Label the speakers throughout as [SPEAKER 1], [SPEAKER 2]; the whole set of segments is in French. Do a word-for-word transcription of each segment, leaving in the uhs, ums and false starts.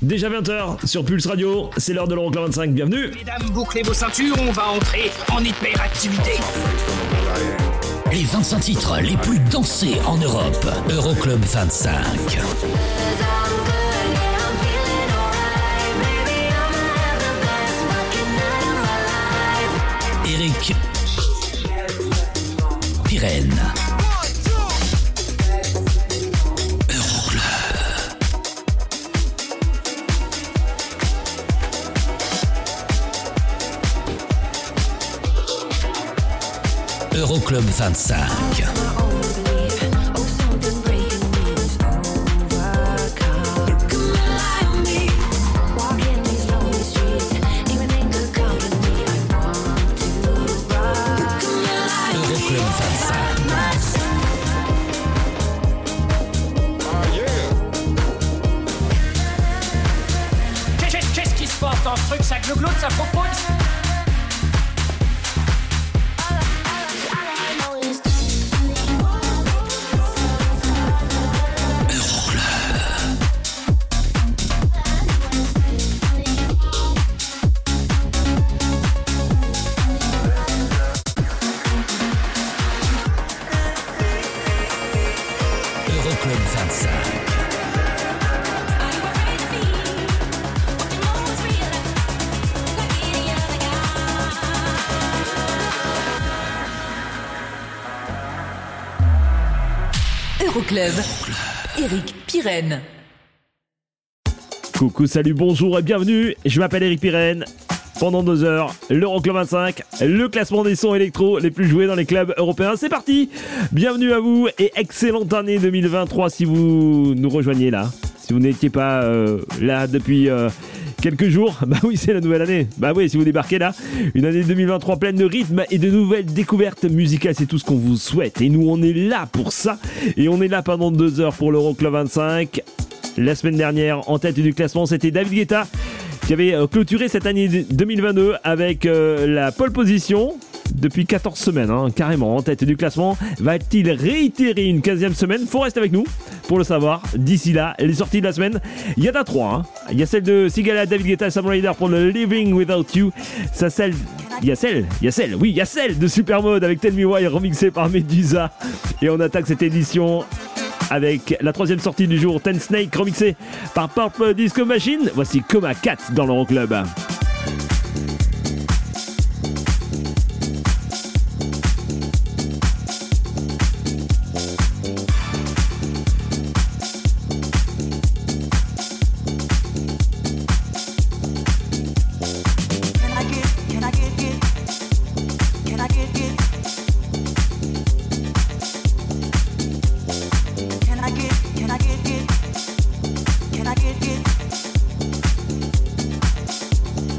[SPEAKER 1] Déjà vingt heures sur Pulse Radio, c'est l'heure de l'Euroclub vingt-cinq, bienvenue.
[SPEAKER 2] Mesdames, bouclez vos ceintures, on va entrer en hyperactivité.
[SPEAKER 3] Les vingt-cinq titres les plus dansés en Europe. Euroclub vingt-cinq. Eric Pirenne. Euroclub vingt-cinq.
[SPEAKER 2] Qu'est-ce qui se passe dans ce truc? Ça glougloute, ça propose?
[SPEAKER 4] Euroclub, Eric Pirenne.
[SPEAKER 1] Coucou, salut, bonjour et bienvenue. Je m'appelle Eric Pirenne. Pendant deux heures, l'Euroclub vingt-cinq, le classement des sons électro les plus joués dans les clubs européens. C'est parti. Bienvenue à vous et excellente année deux mille vingt-trois si vous nous rejoignez là. Si vous n'étiez pas euh, là depuis euh, quelques jours, bah oui, c'est la nouvelle année. Bah oui, si vous débarquez là, une année deux mille vingt-trois pleine de rythme et de nouvelles découvertes musicales, c'est tout ce qu'on vous souhaite. Et nous, on est là pour ça. Et on est là pendant deux heures pour l'Euroclub vingt-cinq. La semaine dernière, en tête du classement, c'était David Guetta qui avait clôturé cette année deux mille vingt-deux avec euh, la pole position. Depuis quatorze semaines, hein, carrément en tête du classement. Va-t-il réitérer une quinzième semaine? Faut rester avec nous pour le savoir. D'ici là, les sorties de la semaine, il y en a trois. Hein. Il y a celle de Sigala, David Guetta, Sam Ryder pour le Living Without You. Ça, celle, il y a celle, il y a celle, oui, il y a celle de Supermode avec Tell Me Why remixée par Medusa. Et on attaque cette édition avec la troisième sortie du jour, Ten Snake remixée par Purple Disco Machine. Voici Coma quatre dans l'Euroclub.
[SPEAKER 5] Can I get, get?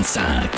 [SPEAKER 3] vingt-cinq.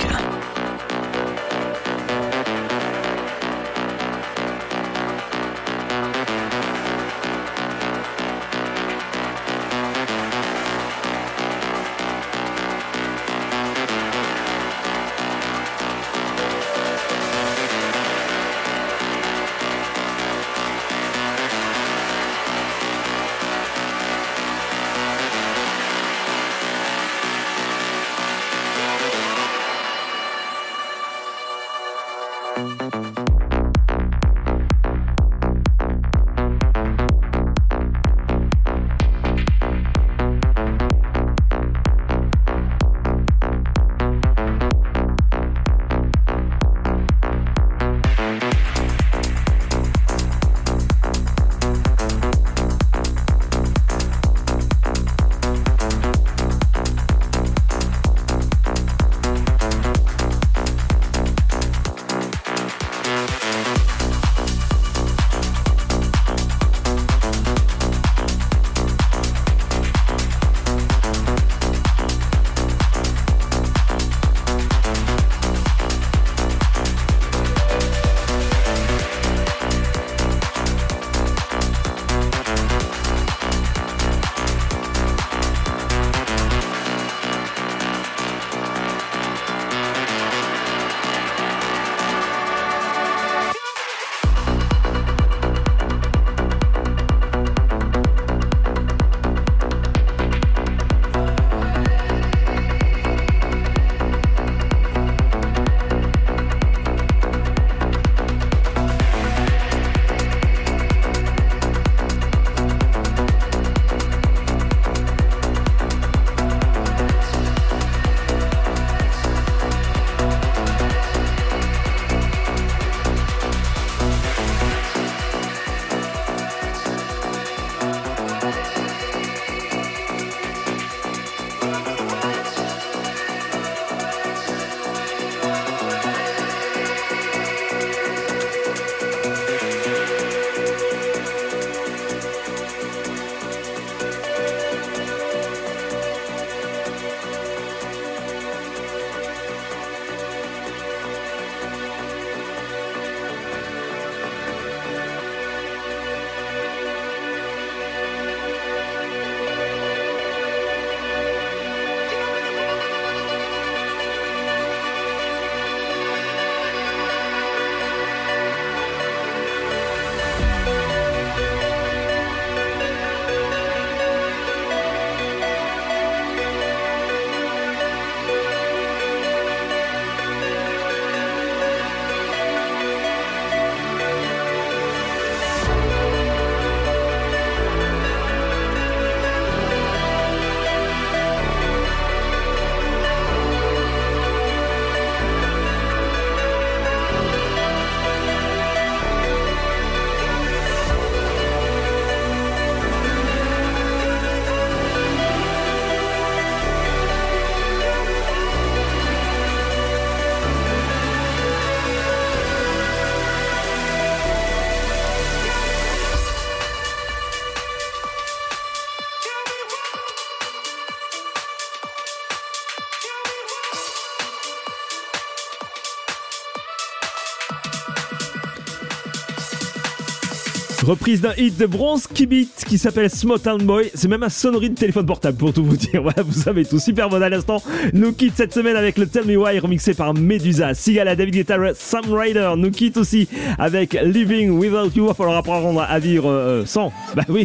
[SPEAKER 1] Reprise d'un hit de Bronski Beat qui s'appelle Small Town Boy. C'est même un sonnerie de téléphone portable pour tout vous dire. Voilà, vous savez tout. Super bon à l'instant. Nous quitte cette semaine avec le Tell Me Why remixé par Medusa. Sigala, David Guetta, Sam Ryder nous quitte aussi avec Living Without You. Il va falloir apprendre à vivre euh, sans. Bah oui.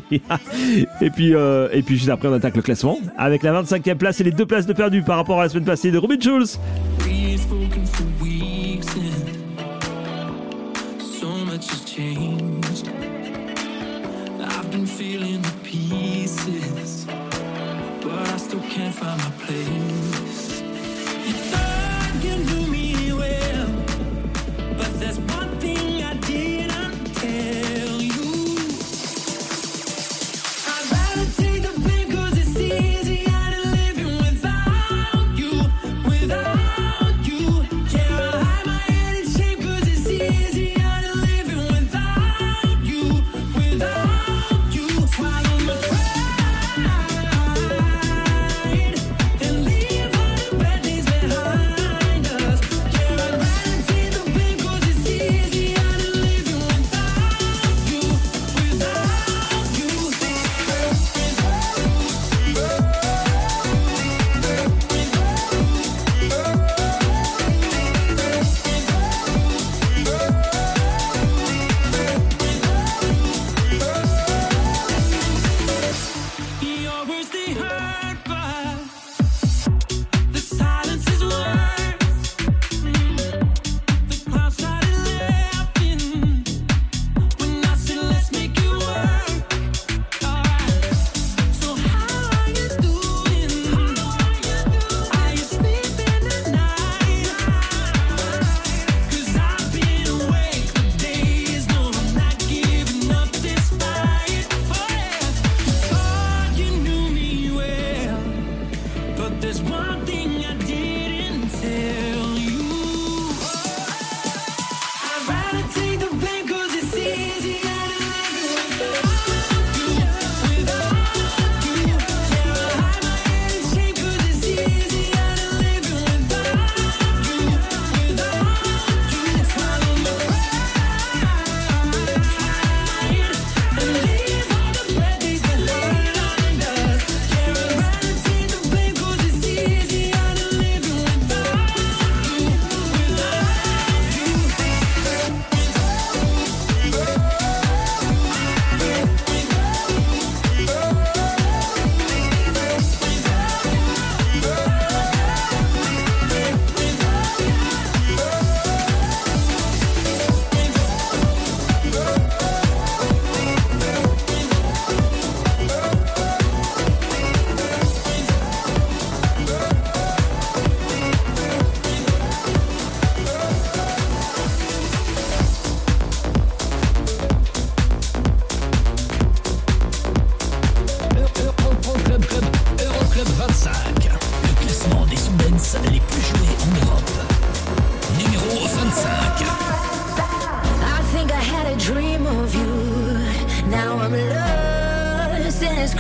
[SPEAKER 1] Et puis, euh, et puis juste après on attaque le classement avec la vingt-cinquième place et les deux places de perdu par rapport à la semaine passée de Robin Schulz.
[SPEAKER 5] I've been feeling the pieces, but I still can't find my place. You thought you knew me well, but there's one thing I didn't tell you. I'd rather take the blame 'cause it's easier than living without you, without you. Yeah, I hide my head in shame 'cause it's easier than living without you, without. Swallow my pride and leave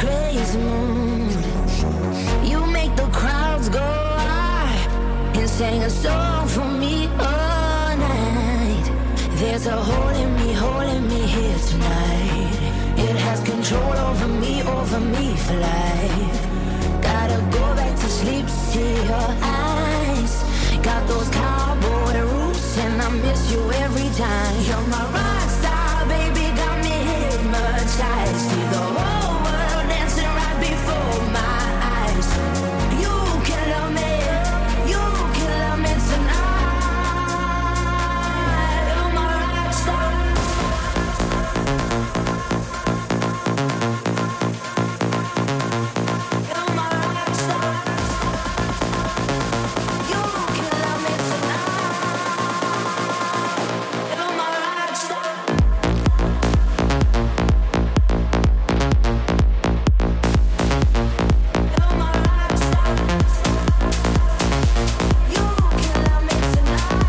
[SPEAKER 6] crazy mood. You make the crowds go wild and sing a song for me all night. There's a hole in me, hole in me here tonight. It has control over me, over me for life. Gotta go back to sleep to see your eyes. Got those cowboy roots and I miss you every time. You're my rock star, baby, got me hypnotized. See the whole world dancing right before my eyes. You can love me, you can love me tonight. You're my rock star. You're my rock star. You can love me tonight. You're my rock star. You're my rock star. You can love me tonight.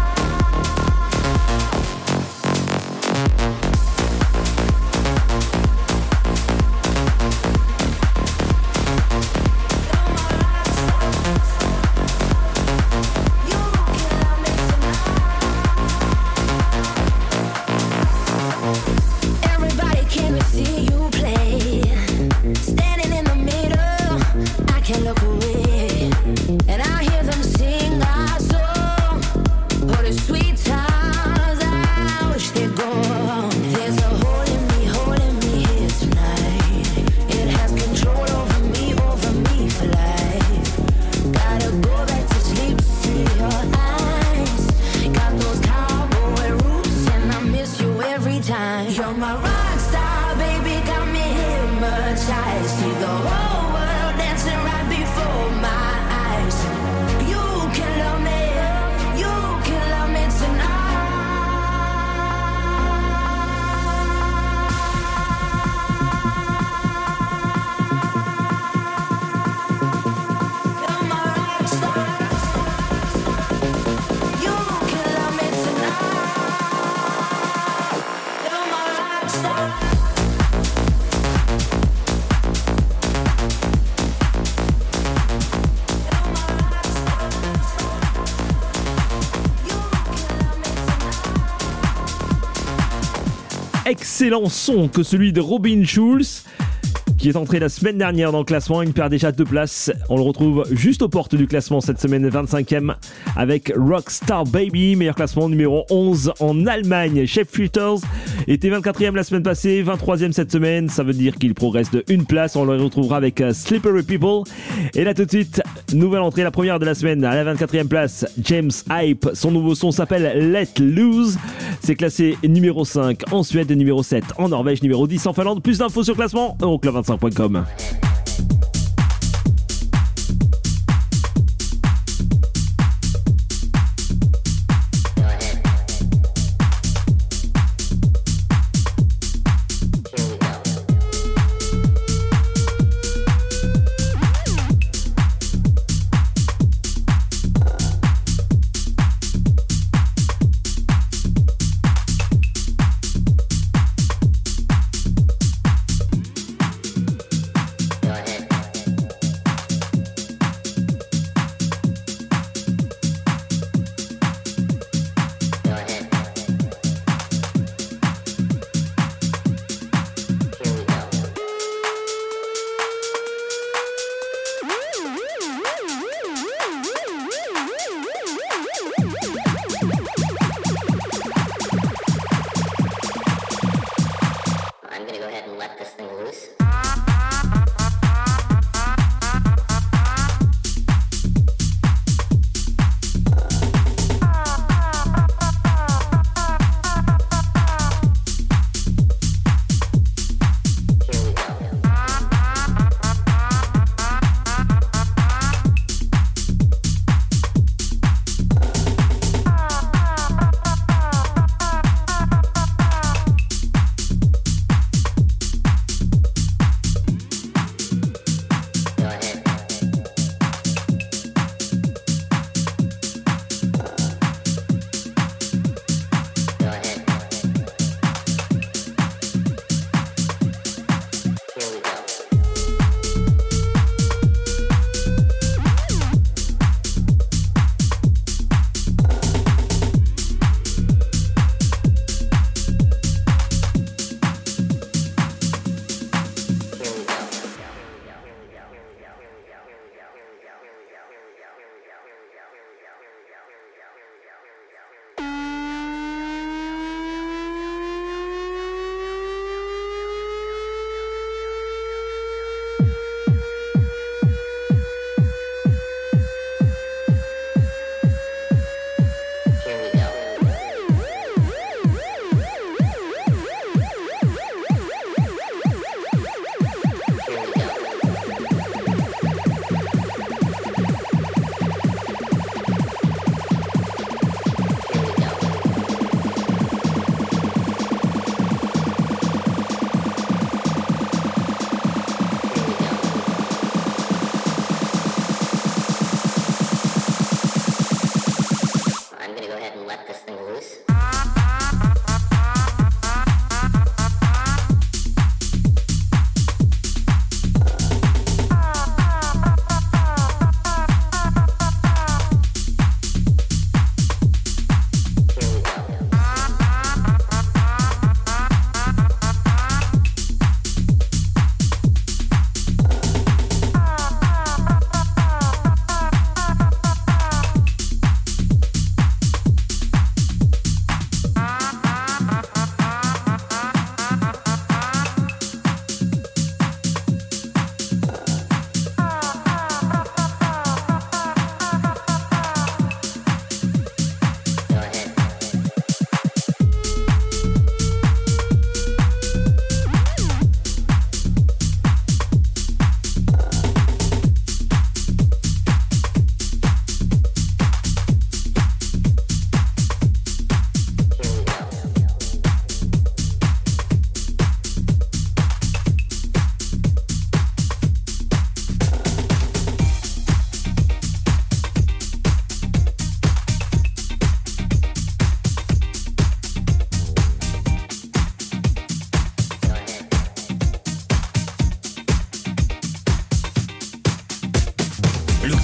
[SPEAKER 6] Everybody can see you play. Standing in the middle, I can't look away. And I hear them sing our song. Oh, the sweet times, I wish they'd gone. There's a hole in me, hole in me here tonight. It has control over me, over me for life. Gotta go back to sleep to see your eyes. Got those cowboy roots and I miss you every time. You're my rock star, baby, got me hypnotized. See the whole world dancing right before my eyes. You can love me, you can love me tonight. You're my rock star. You can love me tonight. You're my rock star.
[SPEAKER 1] Excellent son que celui de Robin Schulz, qui est entré la semaine dernière dans le classement. Il perd déjà deux places. On le retrouve juste aux portes du classement cette semaine, vingt-cinquième, avec Rockstar Baby, meilleur classement numéro onze en Allemagne. Chef Filters était vingt-quatrième la semaine passée, vingt-troisième cette semaine. Ça veut dire qu'il progresse de une place. On le retrouvera avec uh, Slippery People. Et là tout de suite, nouvelle entrée, la première de la semaine, à la vingt-quatrième place, James Hype. Son nouveau son s'appelle Let Loose. C'est classé numéro cinq en Suède, numéro sept en Norvège, numéro dix en Finlande. Plus d'infos sur le classement, euroclub vingt-cinq point com.
[SPEAKER 7] Yeah.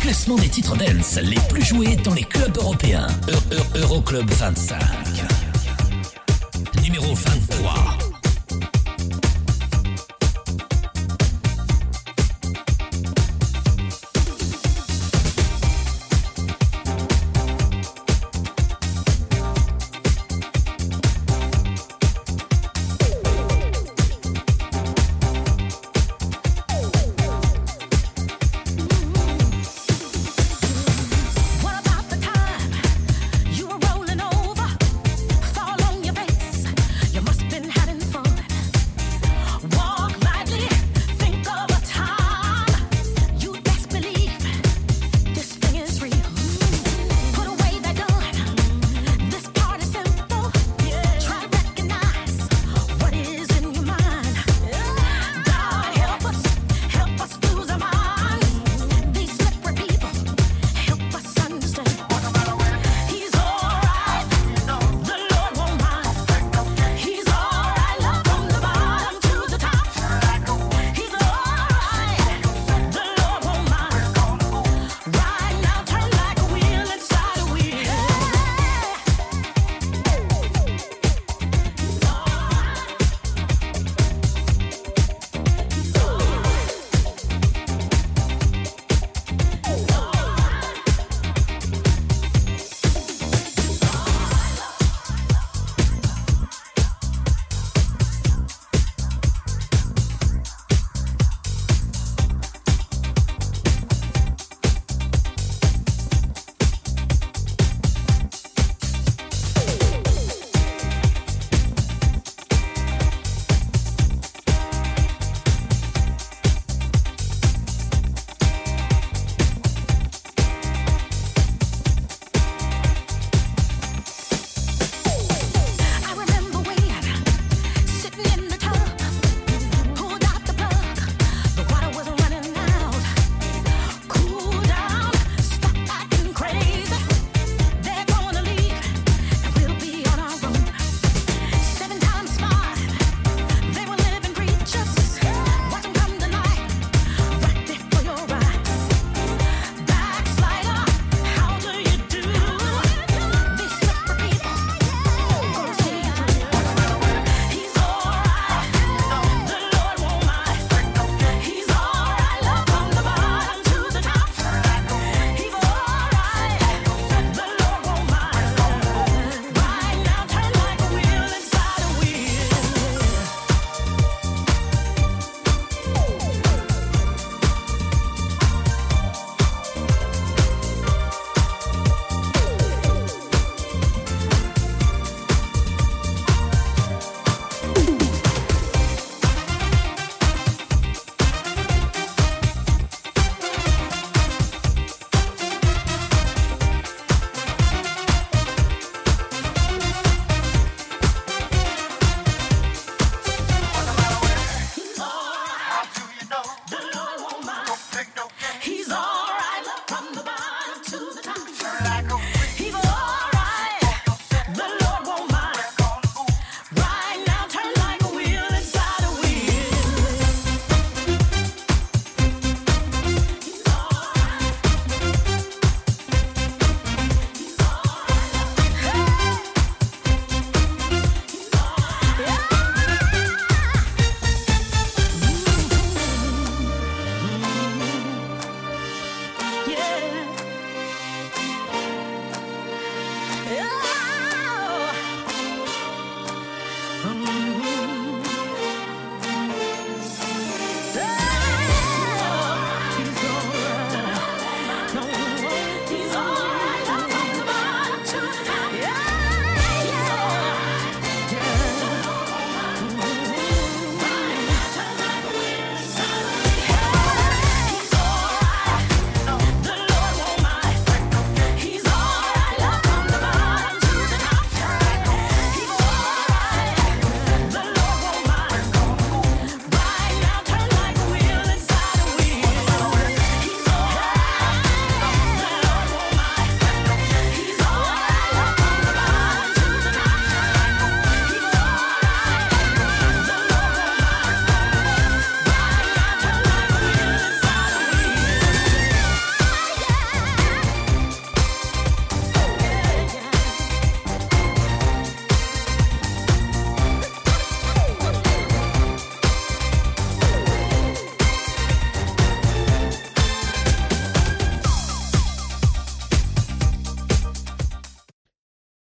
[SPEAKER 3] classement des titres dance les plus joués dans les clubs européens. E- E- Euroclub vingt-cinq. Numéro vingt-trois.
[SPEAKER 6] What about the time you were rolling over, fall on your face? You must have been having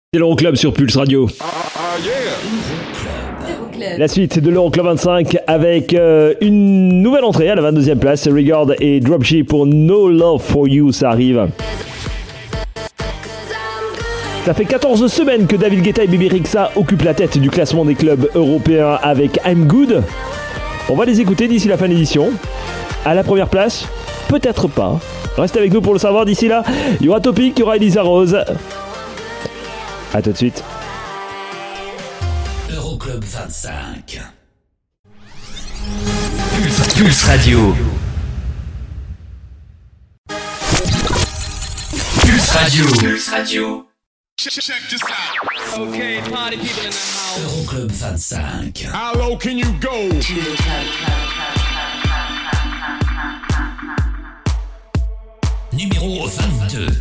[SPEAKER 1] C'est l'Euroclub sur Pulse Radio. La suite de l'Euroclub vingt-cinq avec euh, une nouvelle entrée à la vingt-deuxième place. Regard et Dropship pour No Love For You, ça arrive. Ça fait quatorze semaines que David Guetta et Bebe Rexha occupent la tête du classement des clubs européens avec I'm Good. On va les écouter d'ici la fin de l'édition. À la première place, peut-être pas. Reste avec nous pour le savoir. D'ici là, il y aura Topic, il y aura Elisa Rose. A tout de suite.
[SPEAKER 3] Euroclub vingt-cinq. Pulse, Pulse Radio. Pulse Radio. Pulse Radio.
[SPEAKER 7] Check this out. Okay, party people in the house.
[SPEAKER 3] Euroclub vingt-cinq.
[SPEAKER 7] How low can you go?
[SPEAKER 3] Numéro vingt-deux.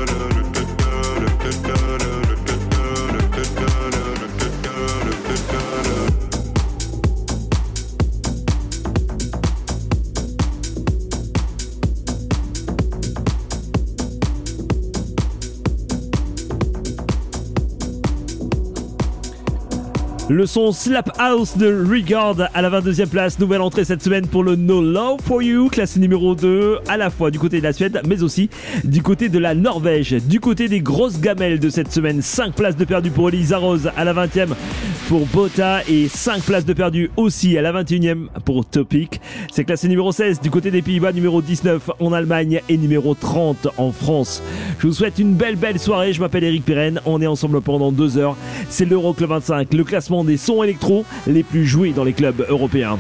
[SPEAKER 8] Good.
[SPEAKER 1] Le son Slap House de Regard à la vingt-deuxième place. Nouvelle entrée cette semaine pour le No Love For You, classé numéro deux, à la fois du côté de la Suède, mais aussi du côté de la Norvège. Du côté des grosses gamelles de cette semaine, cinq places de perdu pour Elisa Rose à la vingtième pour Bota et cinq places de perdu aussi à la vingt et unième pour Topic. C'est classé numéro seize du côté des Pays-Bas, numéro dix-neuf en Allemagne et numéro trente en France. Je vous souhaite une belle belle soirée. Je m'appelle Eric Pirenne. On est ensemble pendant deux heures. C'est l'Euroclub vingt-cinq, le classement des sons électro les plus joués dans les clubs européens.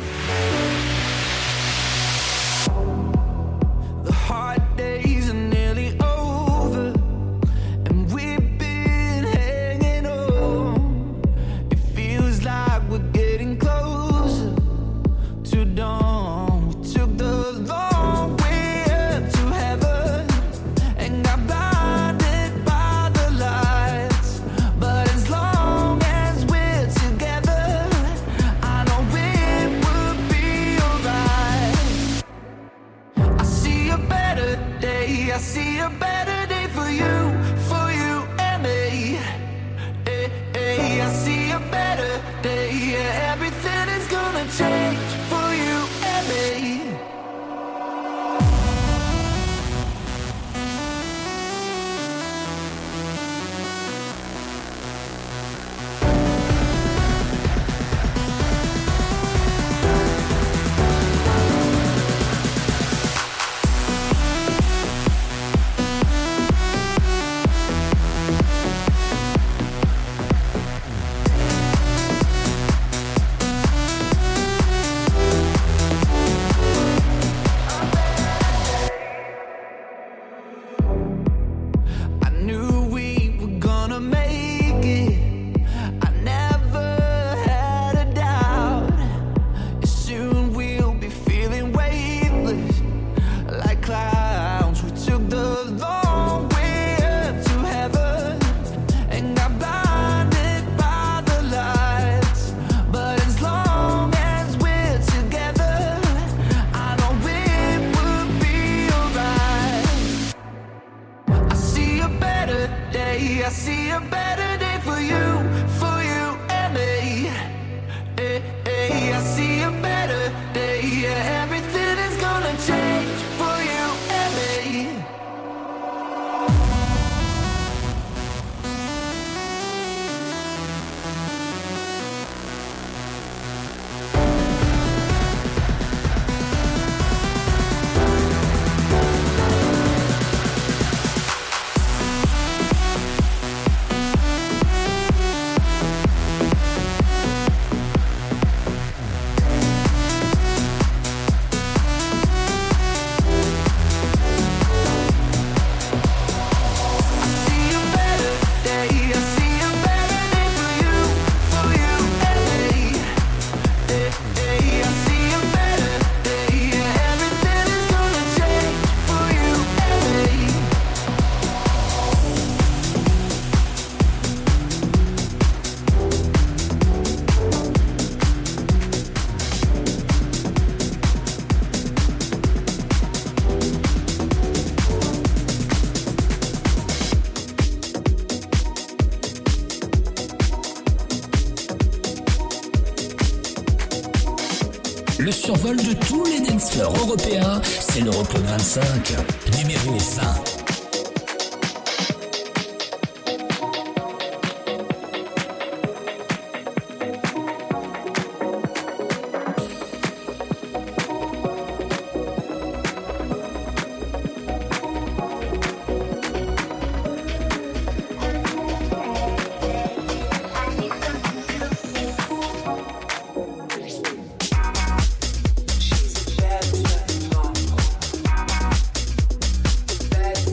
[SPEAKER 3] Le survol de tous les dancers européens, c'est l'Euroclub vingt-cinq, numéro vingt.
[SPEAKER 6] Bad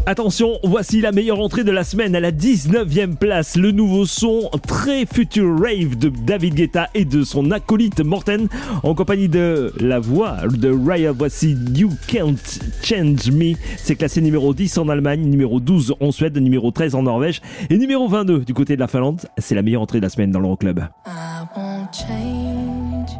[SPEAKER 1] Attention, voici la meilleure entrée de la semaine à la dix-neuvième place. Le nouveau son très future rave de David Guetta et de son acolyte Morten en compagnie de la voix de Raya. Voici You Can't Change Me. C'est classé numéro dix en Allemagne, numéro douze en Suède, numéro treize en Norvège et numéro vingt-deux du côté de la Finlande. C'est la meilleure entrée de la semaine dans l'Euroclub.
[SPEAKER 6] I won't change.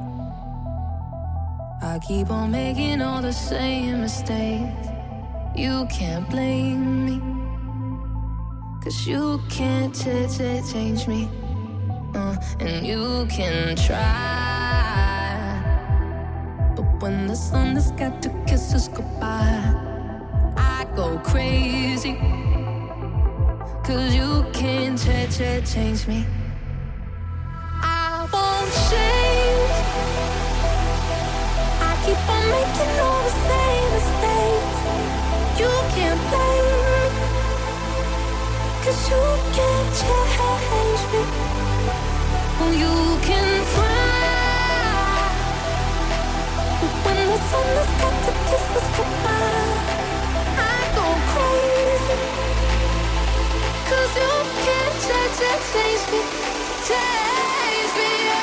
[SPEAKER 6] I keep on making all the same mistakes. You can't blame me, 'cause you can't ch- ch- change me, uh, and you can try, but when the sun has got to kiss us goodbye, I go crazy, 'cause you can't ch- ch- change me. I won't change. I keep on making all the same mistakes. You can't blame me, 'cause you can't change me. Well, you can try, but when the sun has got to kiss us goodbye, I go crazy, 'cause you can't change, change me, change me, oh.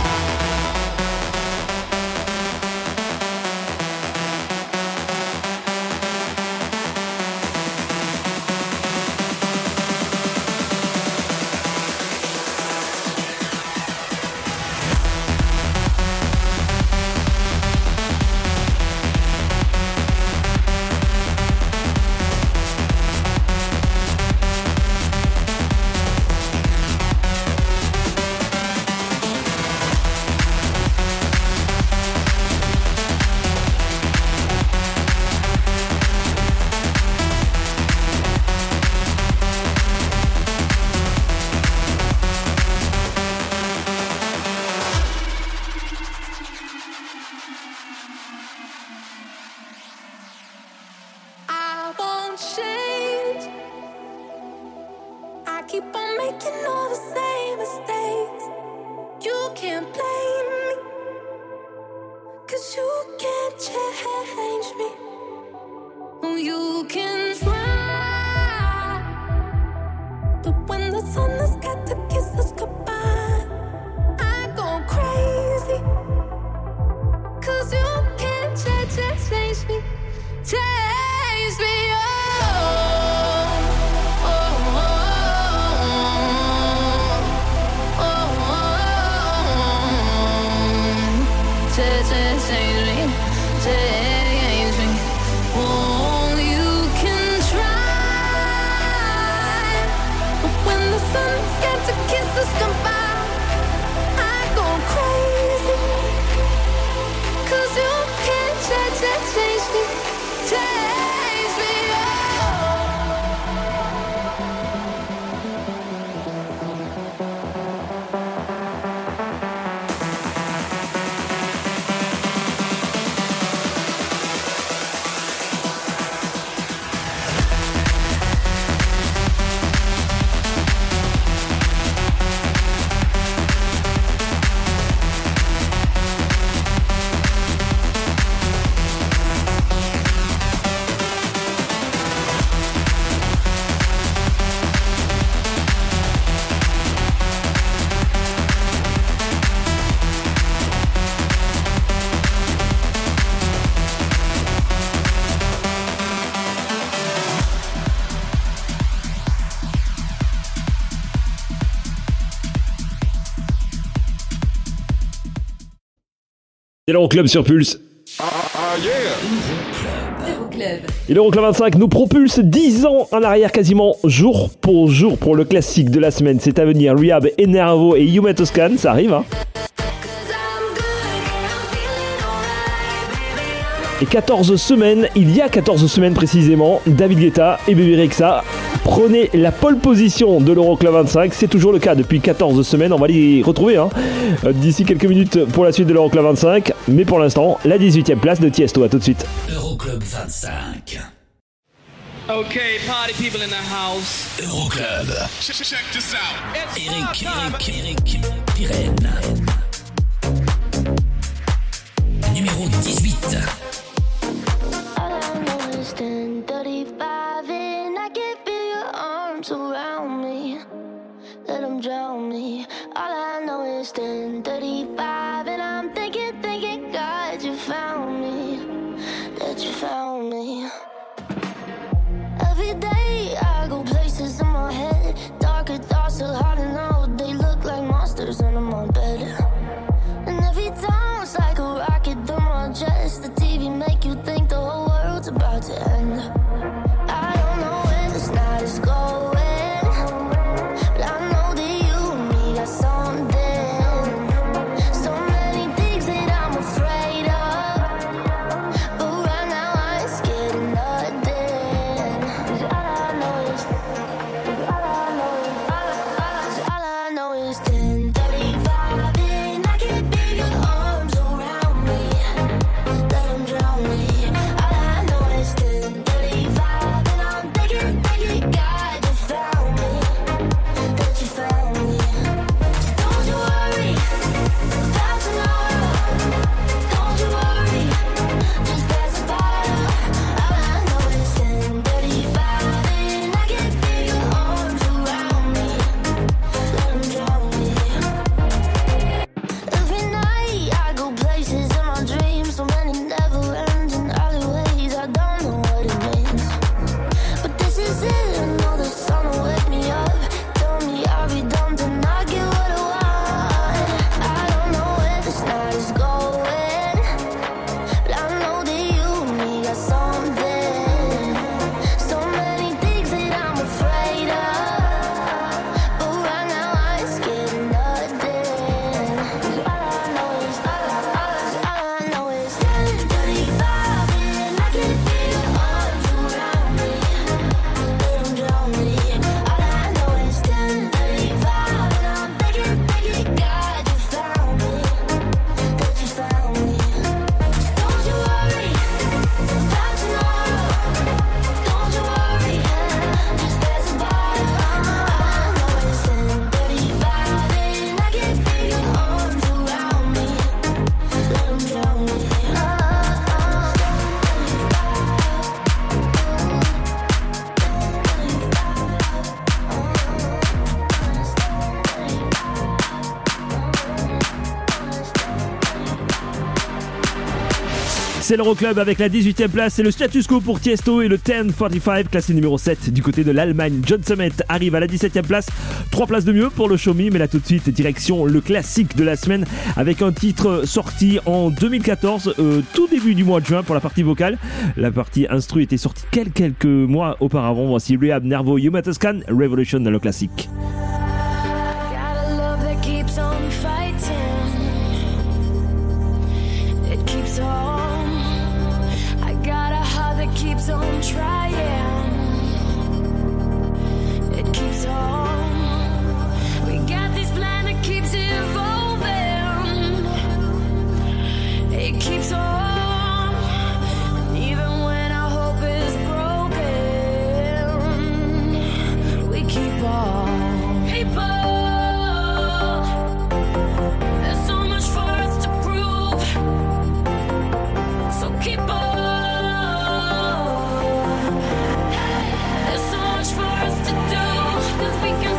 [SPEAKER 1] C'est l'Euroclub sur Pulse.
[SPEAKER 8] Ah, ah, yeah.
[SPEAKER 4] Euroclub.
[SPEAKER 1] Et l'Euroclub vingt-cinq nous propulse dix ans en arrière quasiment jour pour jour pour le classique de la semaine. C'est à venir. Rehab, Enervo et Yume Toscan, ça arrive hein. Et quatorze semaines, il y a quatorze semaines précisément, David Guetta et Bebe Rexha prenaient la pole position de l'Euroclub vingt-cinq. C'est toujours le cas depuis quatorze semaines. On va les retrouver hein, d'ici quelques minutes pour la suite de l'Euroclub vingt-cinq. Mais pour l'instant, la dix-huitième place de Tiesto. À tout de suite.
[SPEAKER 3] Euroclub vingt-cinq.
[SPEAKER 7] Okay, party people in the house.
[SPEAKER 3] Euroclub.
[SPEAKER 7] Check, check this out. It's
[SPEAKER 3] Eric,
[SPEAKER 7] my time.
[SPEAKER 3] Eric, Eric, Pirenne. Numéro dix-huit.
[SPEAKER 6] All I know is ten thirty-five and them drown me. All I know is ten thirty-five, and I'm thinking, thinking, God, you found me, that you found me. Every day I go places in my head, darker thoughts still hard to know. They look like monsters under my bed, and every time it's like a rocket through my chest. The T V make you think the whole world's about to end. I don't know where this night is going, but I know that you and me got something. So many things that I'm afraid of, but right now I ain't scared of nothing. 'Cause all I know is, all I know is, all I, all I know is ten thirty-five, and I can feel your arms around me. Let them drown me. All I know is ten thirty-five, and I'm thinking, thinking, God, you found me, that you found me. So don't you worry about tomorrow. Don't you worry, just pass the bottle. All I know is ten thirty-five, and I can feel your arms around me. Let them drown me. Every night I go places in my dreams, so many never-ending alleyways. I don't know what it means, but this is it. I know the sun will wake me up, tell me I'll be done, then I get what I want. I don't know where this night is going, but I know that you and me got something. So many things that I'm afraid of, but right now I ain't scared of nothing. 'Cause all I know is, all I, all I know is ten thirty-five, and I can feel your arms around me. Let them drown me. All I know is ten thirty-five, and I'm thinking, thinking, God, you found me, that you found me. Don't you worry about tomorrow. Don't you worry, just pass the bottle. All I know is ten thirty-five, and I can feel your arms around me. Let them drown me.
[SPEAKER 1] C'est l'Euroclub avec la dix-huitième place, c'est le status quo pour Tiesto et le dix quarante-cinq, classé numéro sept du côté de l'Allemagne. John Summit arrive à la dix-septième place, trois places de mieux pour le Show Me, mais là tout de suite direction le classique de la semaine avec un titre sorti en deux mille quatorze, euh, tout début du mois de juin pour la partie vocale. La partie instru était sortie quelques, quelques mois auparavant. Voici Rehab, Nervo, You Matter Scan, Revolution dans le classique.
[SPEAKER 6] Got a love that keeps on fighting. It keeps on. I got a heart that keeps on trying. It keeps on. We got this plan that keeps evolving. It keeps on. And even when our hope is broken, we keep on. People, there's so much for us to prove. So keep on. There's so much for us to do, 'cause we can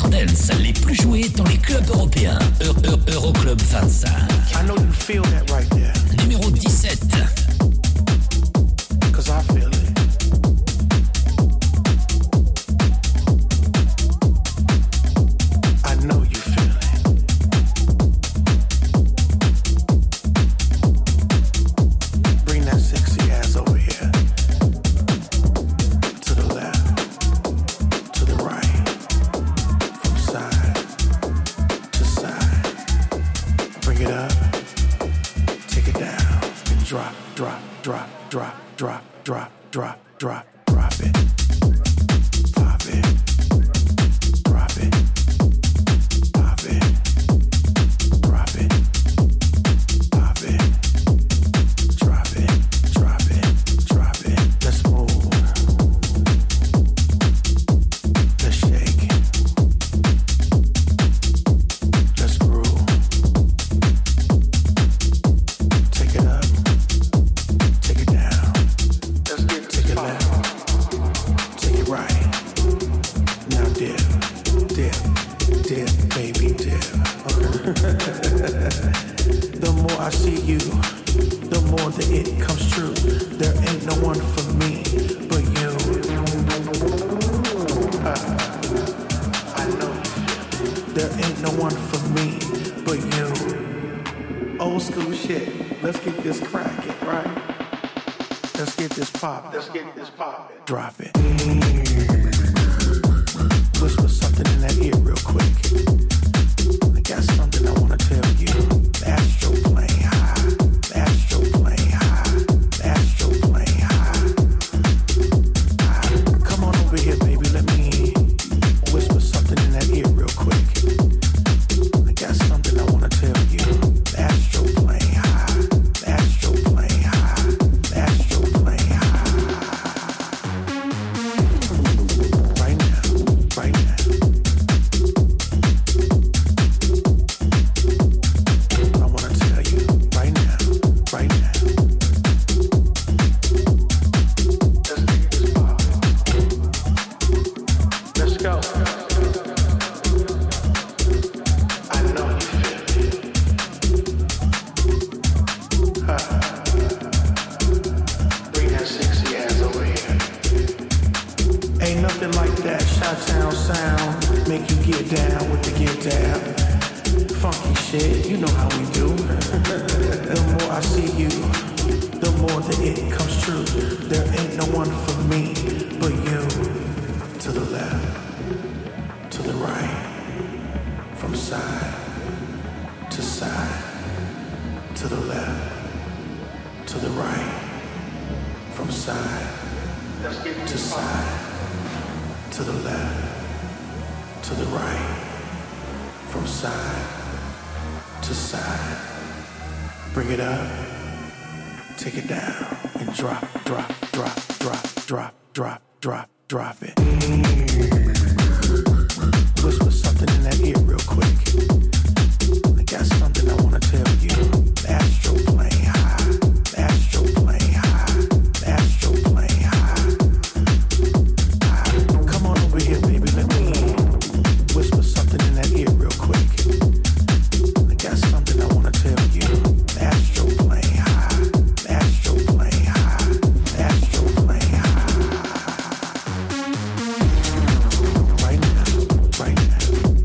[SPEAKER 3] titres dance les plus joués dans les clubs européens. Euro- Euro- Euroclub vingt-cinq.
[SPEAKER 9] I know you feel that right there.
[SPEAKER 3] Numéro dix-sept.
[SPEAKER 9] Cause I feel it. I know you feel it. Bring that sexy ass over here. To the left, to the right, from side to side. Bring it up, take it down, and drop, drop, drop, drop, drop, drop, drop, drop, drop it. Pop it. Drop it. Pop it. Drop it. Pop it. Drop it. Drop it. Drop it. Let's move. Let's shake. Let's groove. Take it up. Take it down. Let's get take it left. Take it right. Now dip, dip, dip, baby dip. The more I see you, the more that it comes true. There ain't no one for me but you. Uh, I know there ain't no one for me but you. Old school shit. Let's get this crackin', right? Let's get this pop. Let's get this pop. Drop it. Whisper something in that ear real quick. I got something I wanna tell you. The Astro playing high. The Astro playing high. The Astro playing high. High. Come on over here, baby. Let me whisper something in that ear real quick. I got something I wanna tell you. The Astro playing high. The Astro playing high. The Astro playing high. Right now, right now. I wanna tell you right now, right now. Let's get this pop. Let's go. I know you feel it. Huh. Bring that sexy ass over here. Ain't nothing like that Chi-Town sound. Make you get down with the get down. Funky shit, you know how we do. The more I see you, the more that it comes true. There ain't no one for me but you. To the left, to the right, from side to side. To the left, to the right, from side to side. To the left, to the right, from side to side. Bring it up, take it down, and drop, drop, drop, drop, drop, drop, drop, drop it. Whisper something in that ear real quick. I got something I wanna tell you. The Astro playing high. The Astro playing high. The Astro playing high. Come on over here, baby. Let me whisper something in that ear real quick. I got something I wanna tell you. The Astro playing high. The Astro playing high. The Astro playing high. Right now, right now.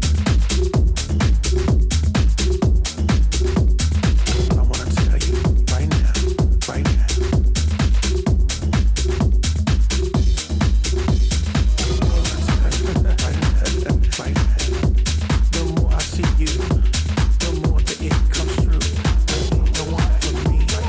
[SPEAKER 9] I wanna tell you right now, right now. Right now. The more I see you, the more that it comes true. There ain't no one for me but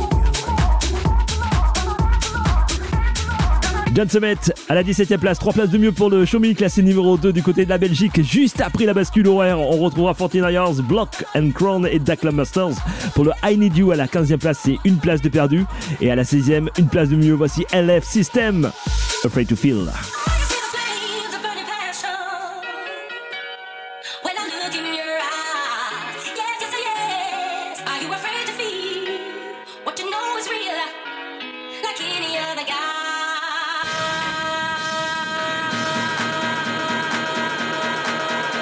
[SPEAKER 9] you.
[SPEAKER 1] John Summit à la dix-septième place, trois places de mieux pour le Show Me, classé numéro deux du côté de la Belgique. Juste après la bascule horaire, on retrouvera forty-niners, Block and Crown et Dakla Masters pour le I Need You à la quinzième place, c'est une place de perdu. Et à la seizième, une place de mieux, voici L F System, Afraid to Feel.
[SPEAKER 6] Like any other guy.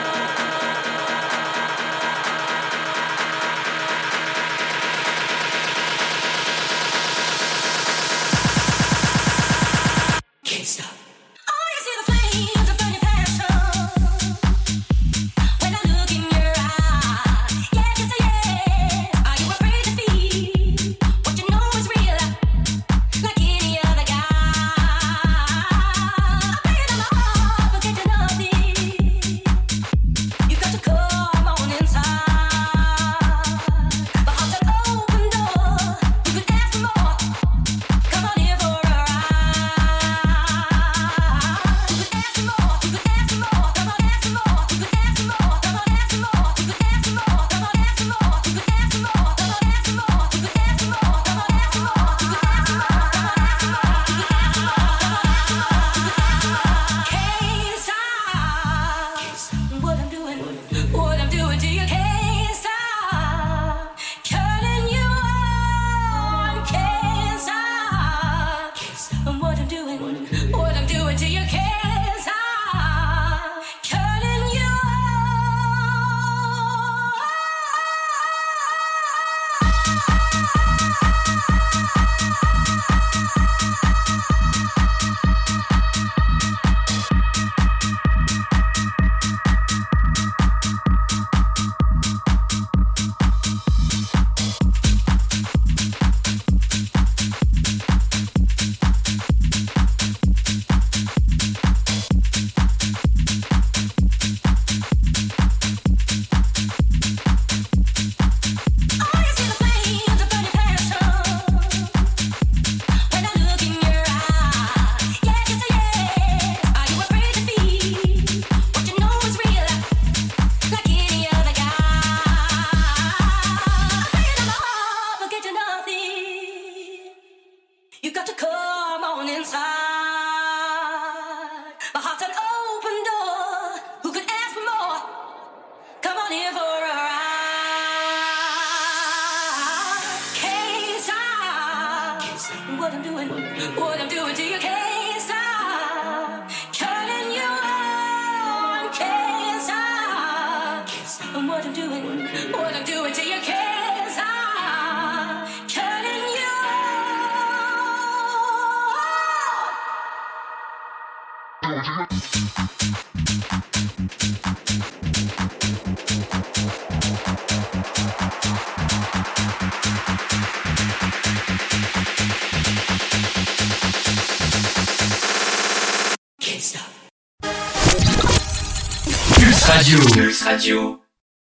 [SPEAKER 3] Pulse Radio. Pulse Radio.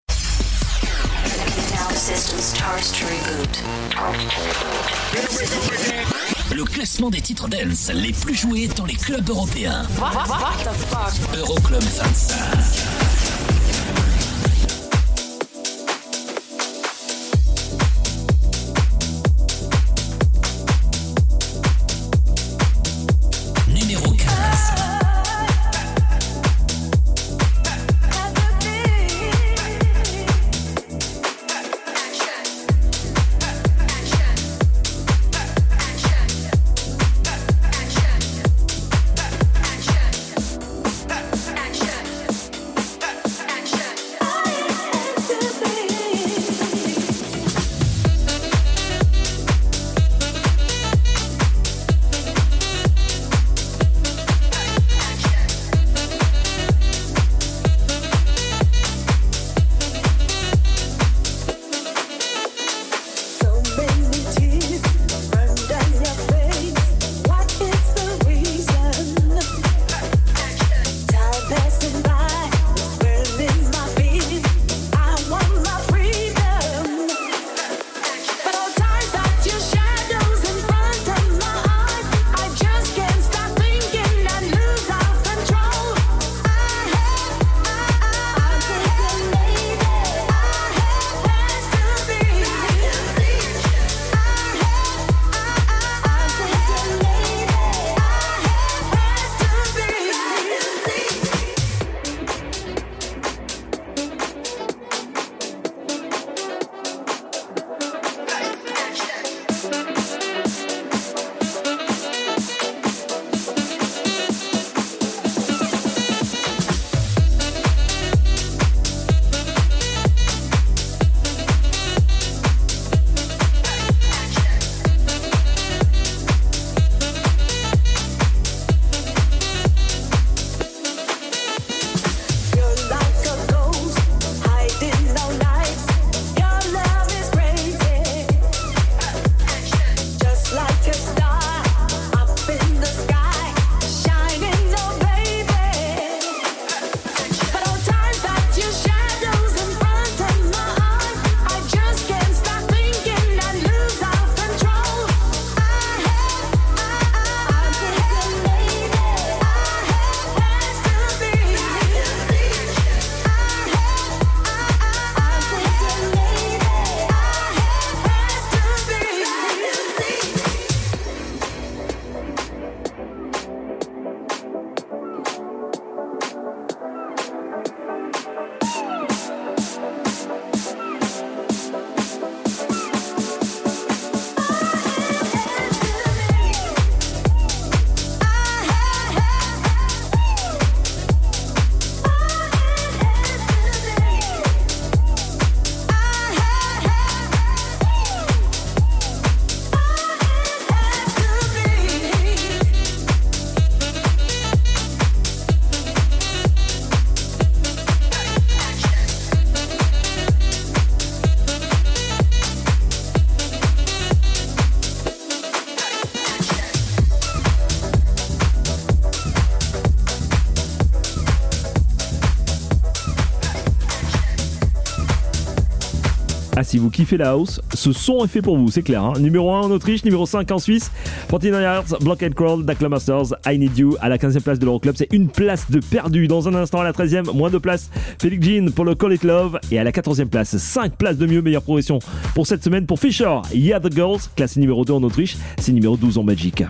[SPEAKER 3] Le classement des titres dance les plus joués dans les clubs européens.
[SPEAKER 4] What, what, what the fuck?
[SPEAKER 3] Euroclub vingt-cinq.
[SPEAKER 1] Ah, si vous kiffez la house, ce son est fait pour vous, c'est clair. Hein. Numéro un en Autriche, numéro cinq en Suisse. forty-nine Yards, Block and Crawl, Dakla Masters, I Need You à la quinzième place de l'Euroclub. C'est une place de perdu. Dans un instant, à la treizième, moins de place. Felix Jean pour le Call It Love. Et à la quatorzième place, cinq places de mieux, meilleure progression pour cette semaine pour Fisher. Yeah the Girls, classé numéro deux en Autriche. C'est numéro douze en Belgique.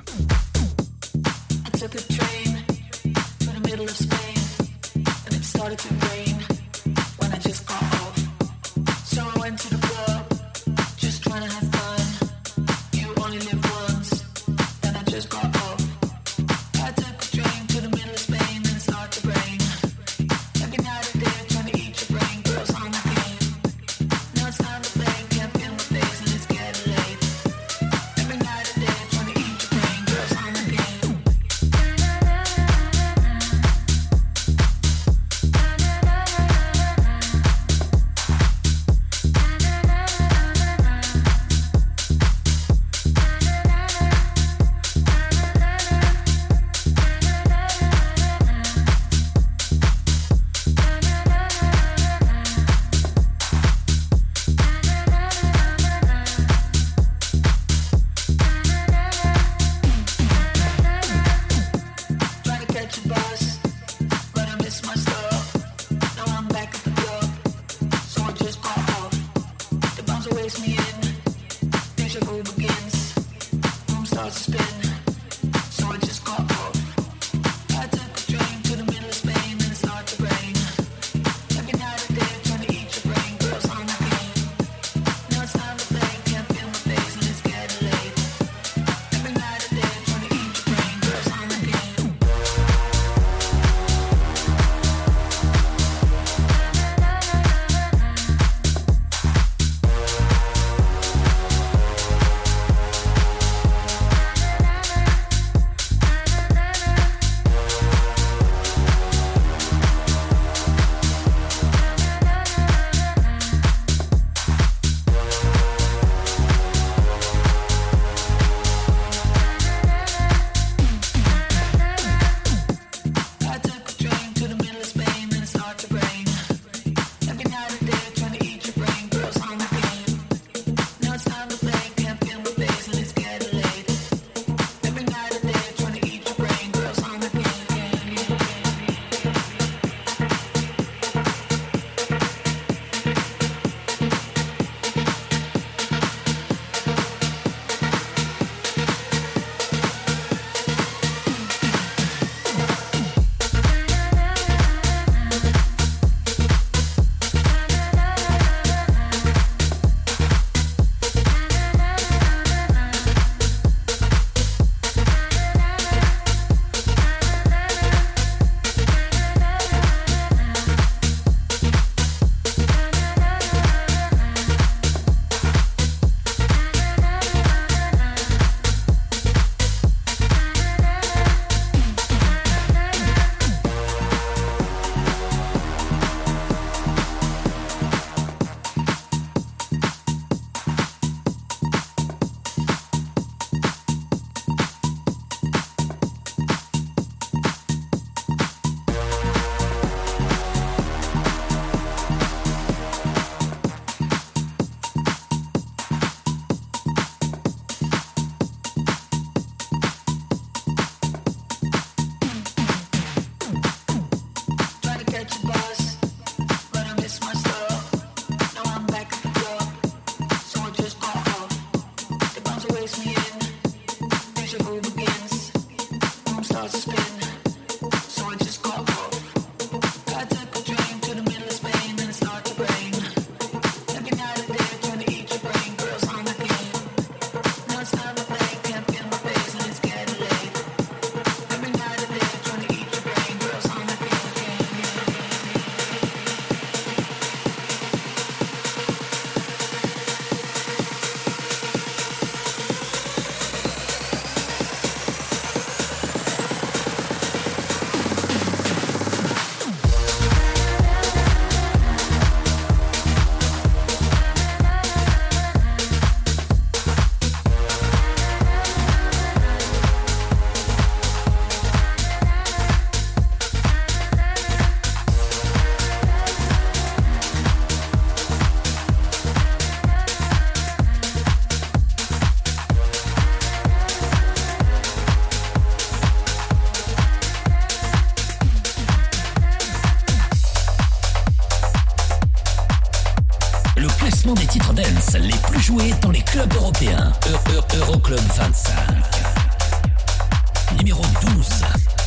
[SPEAKER 3] titres dance les plus joués dans les clubs européens. Euro- Euroclub vingt-cinq. Numéro douze.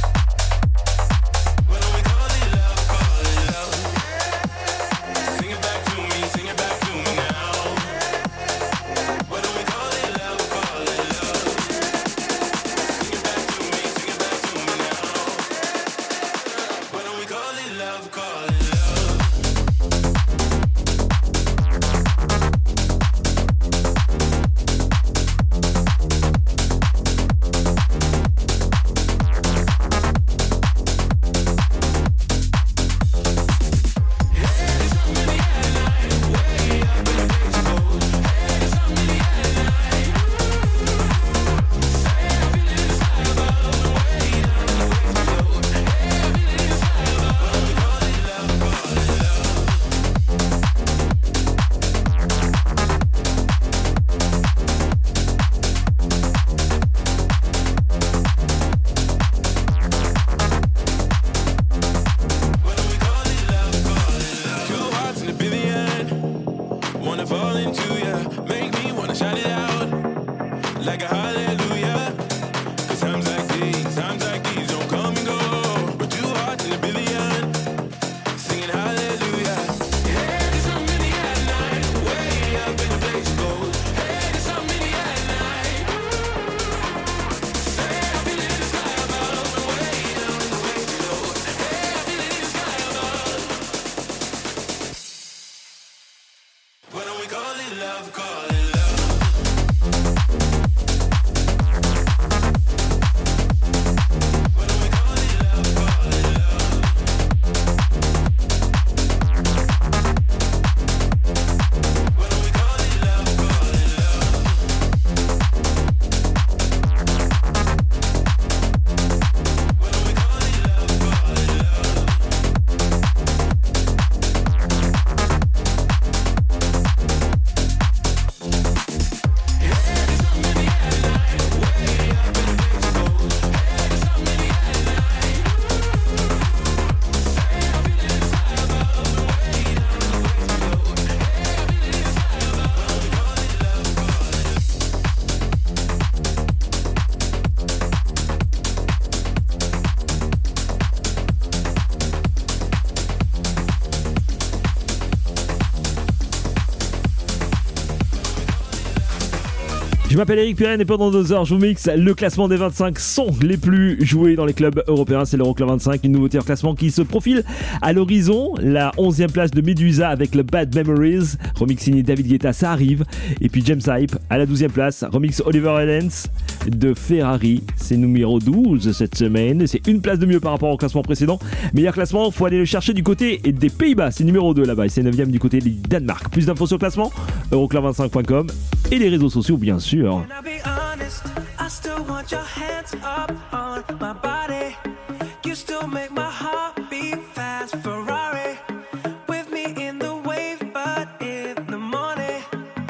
[SPEAKER 1] Je m'appelle Eric Pirenne et pendant deux heures, je vous mixe le classement des vingt-cinq sons les plus joués dans les clubs européens. C'est l'Euroclub vingt-cinq, une nouveauté en classement qui se profile à l'horizon. La onzième place de Medusa avec le Bad Memories, remix signé David Guetta, ça arrive. Et puis James Hype à la douzième place, remix Oliver Heldens de Ferrari. C'est numéro douze cette semaine. C'est une place de mieux par rapport au classement précédent. Meilleur classement, il faut aller le chercher du côté des Pays-Bas. C'est numéro deux là-bas et c'est neuvième du côté du Danemark. Plus d'infos sur le classement, euroclub vingt-cinq point com et les réseaux sociaux bien sûr.
[SPEAKER 5] Can I be honest? I still want your hands up on my body. You still make my heart beat fast. Ferrari with me in the wave, but in the morning.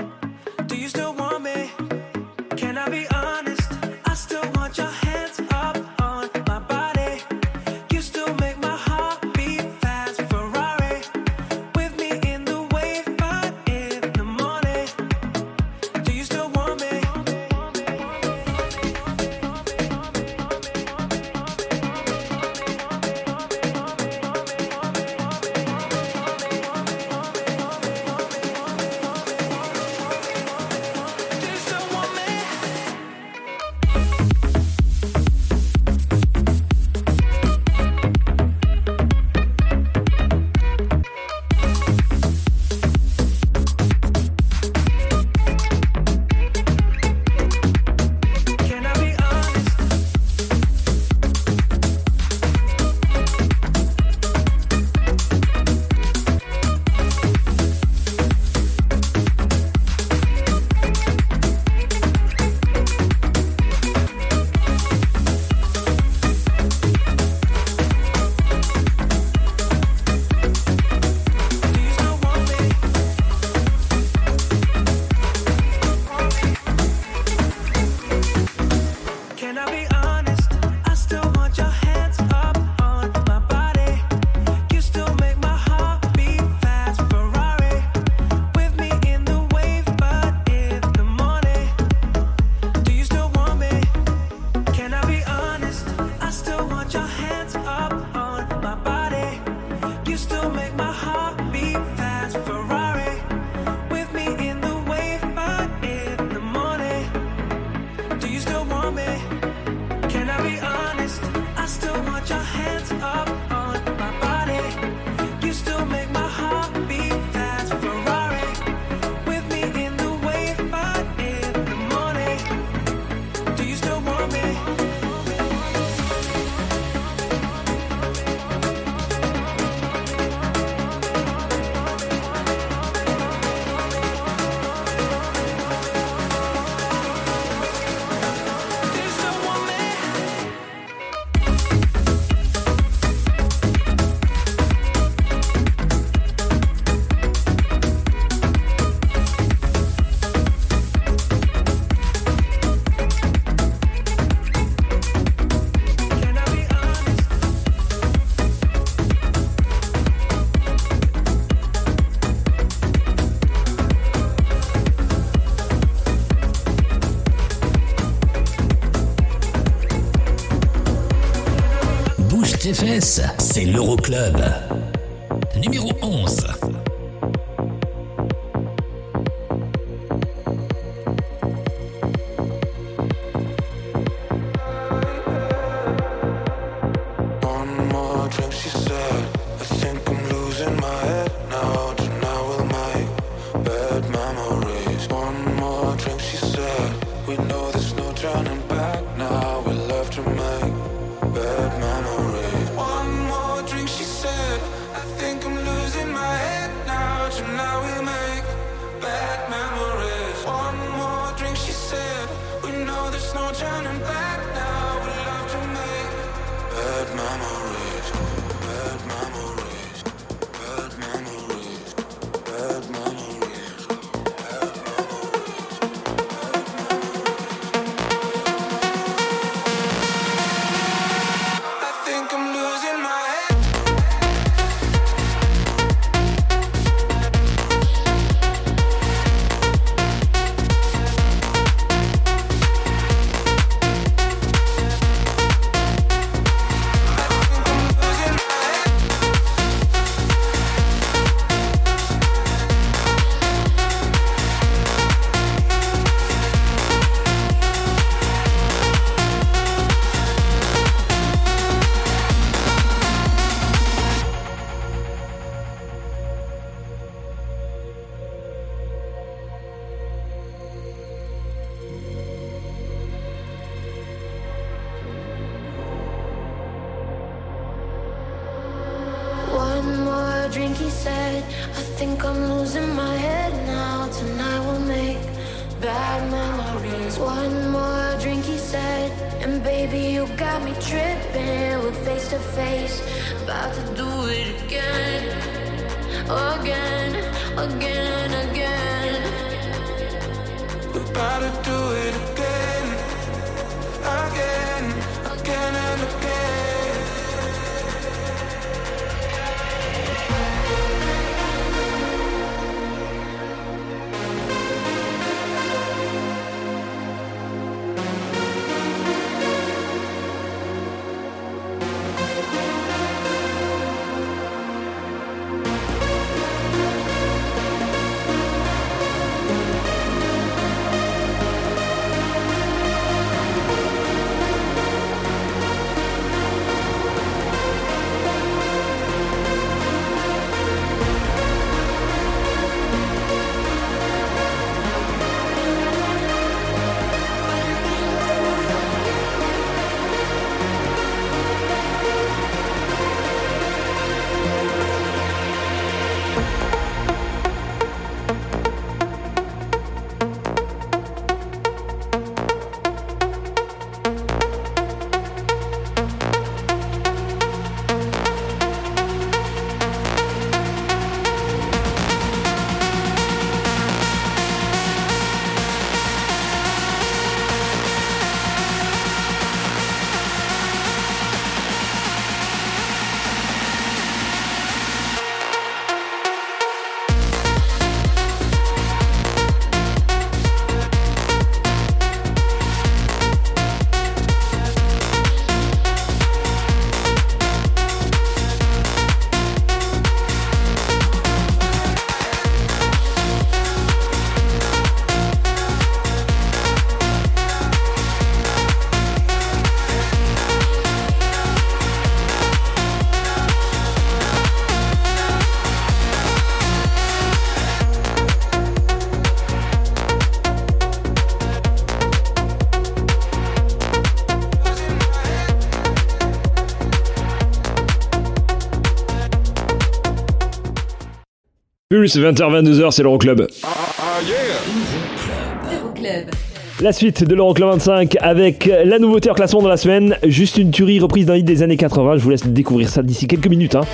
[SPEAKER 5] Do you still want me? Can I be honest? I still want your hands up on my body. You still make my heart beat fast. Ferrari with me in the wave, but in the morning. Do you still want me?
[SPEAKER 3] connaissent, c'est l'Euroclub. Numéro onze.
[SPEAKER 6] Drink, he said, I think I'm losing my head now. Tonight we'll make bad memories. One more drink, he said, and baby, you got me tripping. We're face to face, about to do it again, again, again, again. We're about to do it again, again, again and again.
[SPEAKER 1] Plus vingt heures vingt-deux heures, c'est l'Euroclub.
[SPEAKER 8] Ah, ah, yeah.
[SPEAKER 10] Euroclub.
[SPEAKER 1] La suite de l'Euroclub vingt-cinq avec la nouveauté en classement de la semaine. Juste une tuerie reprise d'un hit des années quatre-vingts. Je vous laisse découvrir ça d'ici quelques minutes. Hein.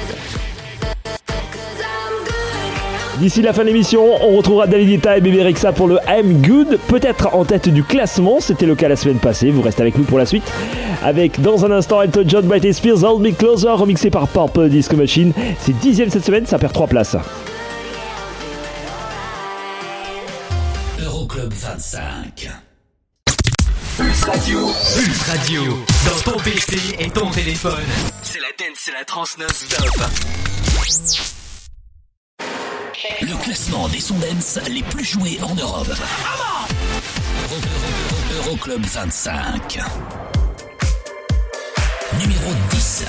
[SPEAKER 1] D'ici la fin de l'émission, on retrouvera David Guetta et Bébé Rexha pour le I'm Good, peut-être en tête du classement, c'était le cas la semaine passée, vous restez avec nous pour la suite. Avec dans un instant Elton John, Britney Spears, Hold Me Closer, remixé par Purple Disco Machine. C'est dixième cette semaine, ça perd trois places.
[SPEAKER 3] Euroclub vingt-cinq.
[SPEAKER 11] Pulsar
[SPEAKER 3] Radio.
[SPEAKER 10] Pulse Radio. Dans ton P C et ton téléphone. C'est la dance, c'est la trance non-stop.
[SPEAKER 3] Le classement des sons dance les plus joués en Europe. Euro, Euro, Euro, Euroclub vingt-cinq. Numéro dix.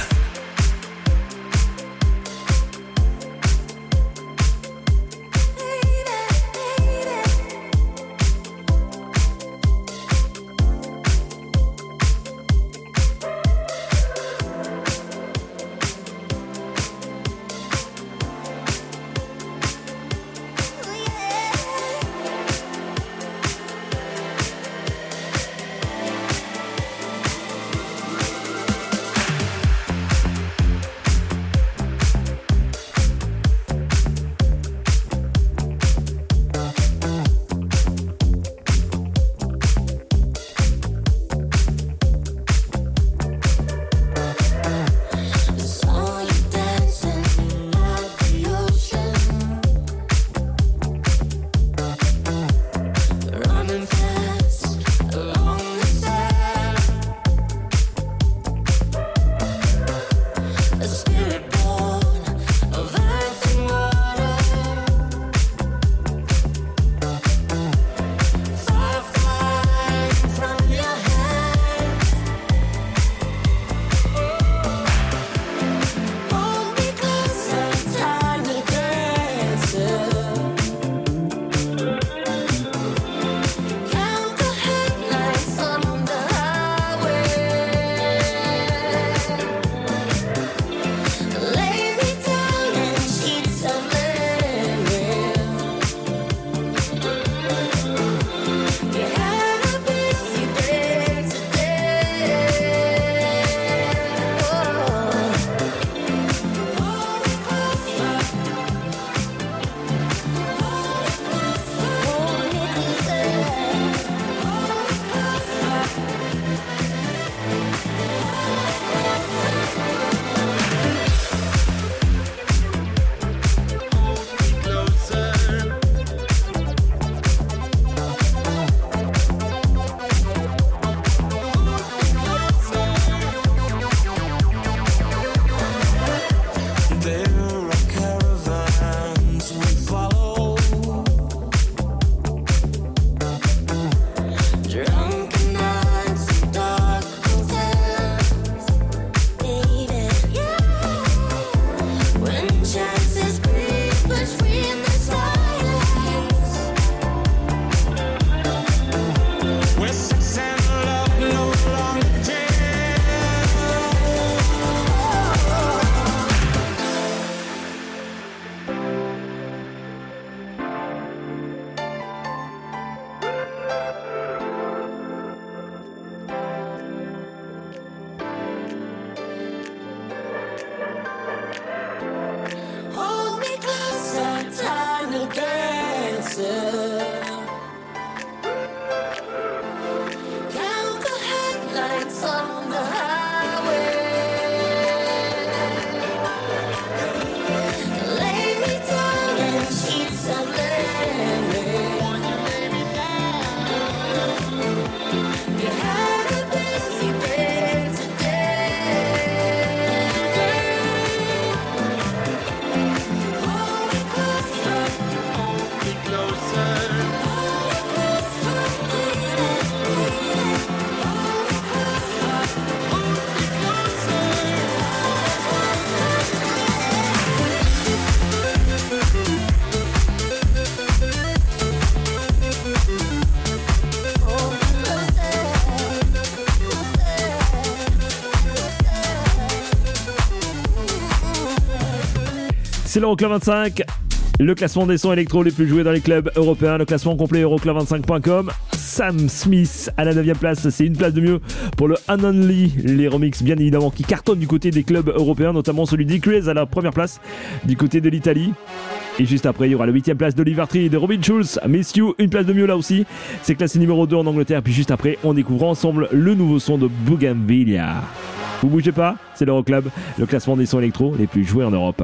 [SPEAKER 1] C'est l'Euroclub vingt-cinq, le classement des sons électro les plus joués dans les clubs européens, le classement complet euroclub vingt-cinq point com. Sam Smith à la neuvième place, c'est une place de mieux pour le Unonly, les remixes bien évidemment qui cartonnent du côté des clubs européens, notamment celui d'Icraze à la première place du côté de l'Italie. Et juste après, il y aura la huitième place d'Oliver Tree et de Robin Schulz, Miss You, une place de mieux là aussi. C'est classé numéro deux en Angleterre. Puis juste après, on découvre ensemble le nouveau son de Bougainvillea. Vous bougez pas, c'est l'Euroclub, le classement des sons électro les plus joués en Europe.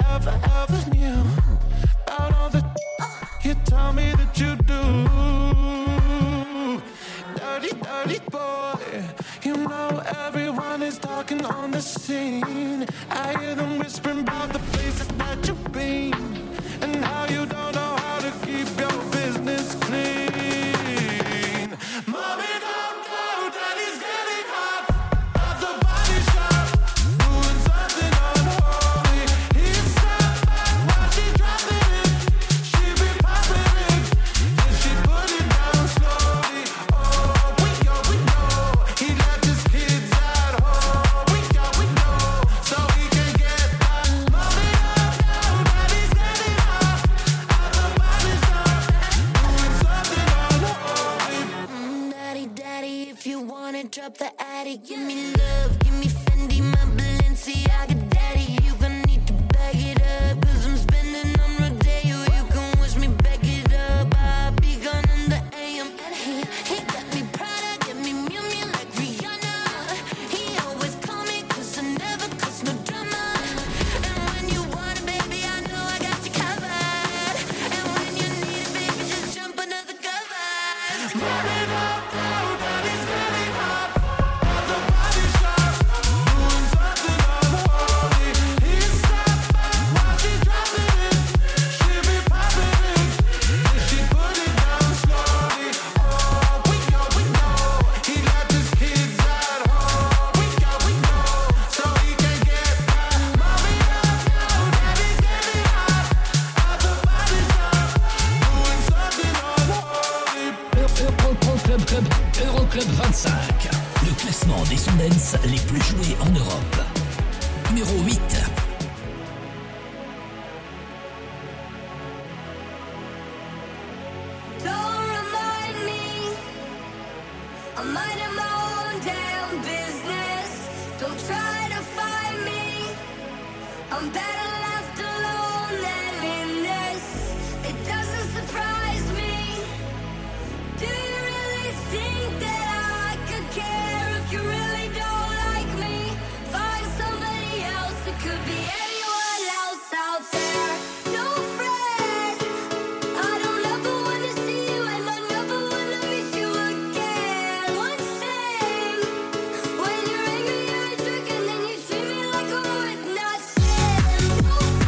[SPEAKER 9] never ever knew about all the you tell me that you do. Dirty, dirty boy, you know everyone is talking on the scene. I hear them whispering about the places that you've been and how you don't know how to keep your business clean. Mommy, don't go, daddy's getting hot at the body shop, doing something unholy. He's sat back while she's dropping it. She be popping it, then she put it down slowly. Oh, we go, we know he left his kids at home. We go, we know, so he can get back. Mommy, don't go, daddy's getting hot at the body shop, doing something unholy.
[SPEAKER 6] Mm, daddy, daddy, if you wanna drop the attic, give me love, give me Fendi, my Balenciaga, daddy. You gonna need to bag it up, cause I'm spending on Rodeo. You can wish me back it up, I'll be gone in the A M. And he, he got me Prada, get me Miu Miu like Rihanna. He always call me cause I never cause no drama. And when you want it, baby, I know I got you covered. And when you need it, baby, just jump under the covers.
[SPEAKER 9] Mommy, don't go, daddy's getting hot at the body shop, doing something unholy. He's sat back while she's dropping it. She be popping it, then she put it down slowly. Oh, we go, we know he left his kids at home. We go, we know, so he can get back. Mommy, don't go, daddy's getting hot at the body shop, doing something unholy.
[SPEAKER 3] Euroclub Club, Euroclub vingt-cinq. Le classement des sons dance les plus joués en Europe. Numéro huit.
[SPEAKER 6] Don't remind me, I'm minding my own damn business. Don't try to find me, I'm better left alone than in this. It doesn't surprise me. Do you really think that I could care if you really don't like me? Find somebody else, it could be anyone else out there. Don't fret, I don't ever wanna see you and I never wanna miss you again. One thing, when you're angry you're a jerk and then you treat me like I'm worth nothing. Don't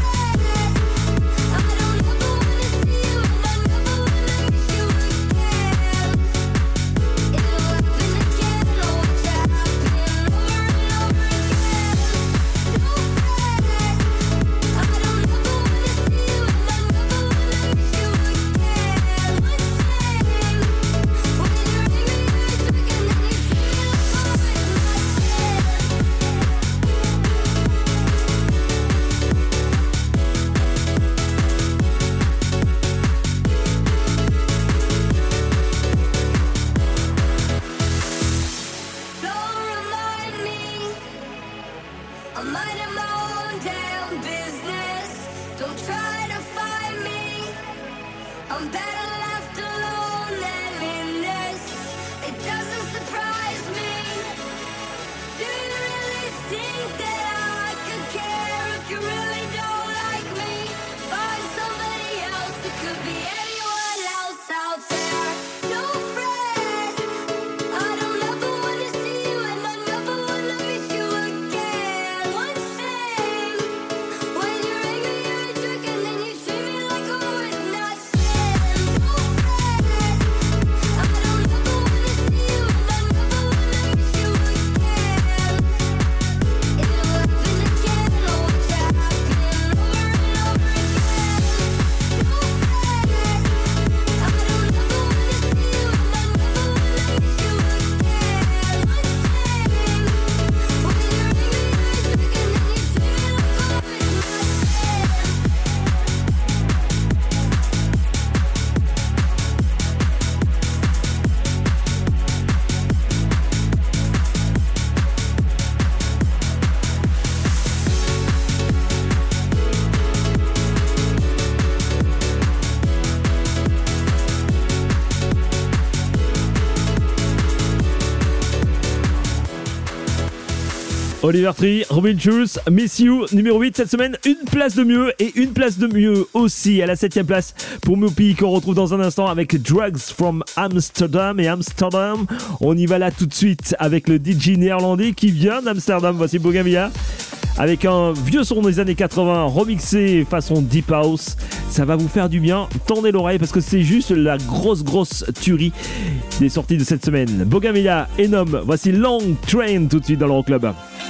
[SPEAKER 1] Oliver Tree, Robin Schulz, Miss You, numéro huit cette semaine, une place de mieux et une place de mieux aussi à la septième place pour Mopi qu'on retrouve dans un instant avec Drugs from Amsterdam et Amsterdam. On y va là tout de suite avec le D J néerlandais qui vient d'Amsterdam. Voici Bogamia avec un vieux son des années quatre-vingts remixé façon Deep House. Ça va vous faire du bien, tendez l'oreille parce que c'est juste la grosse grosse tuerie des sorties de cette semaine. Bogamia et Nom, voici Long Train tout de suite dans l'Euroclub.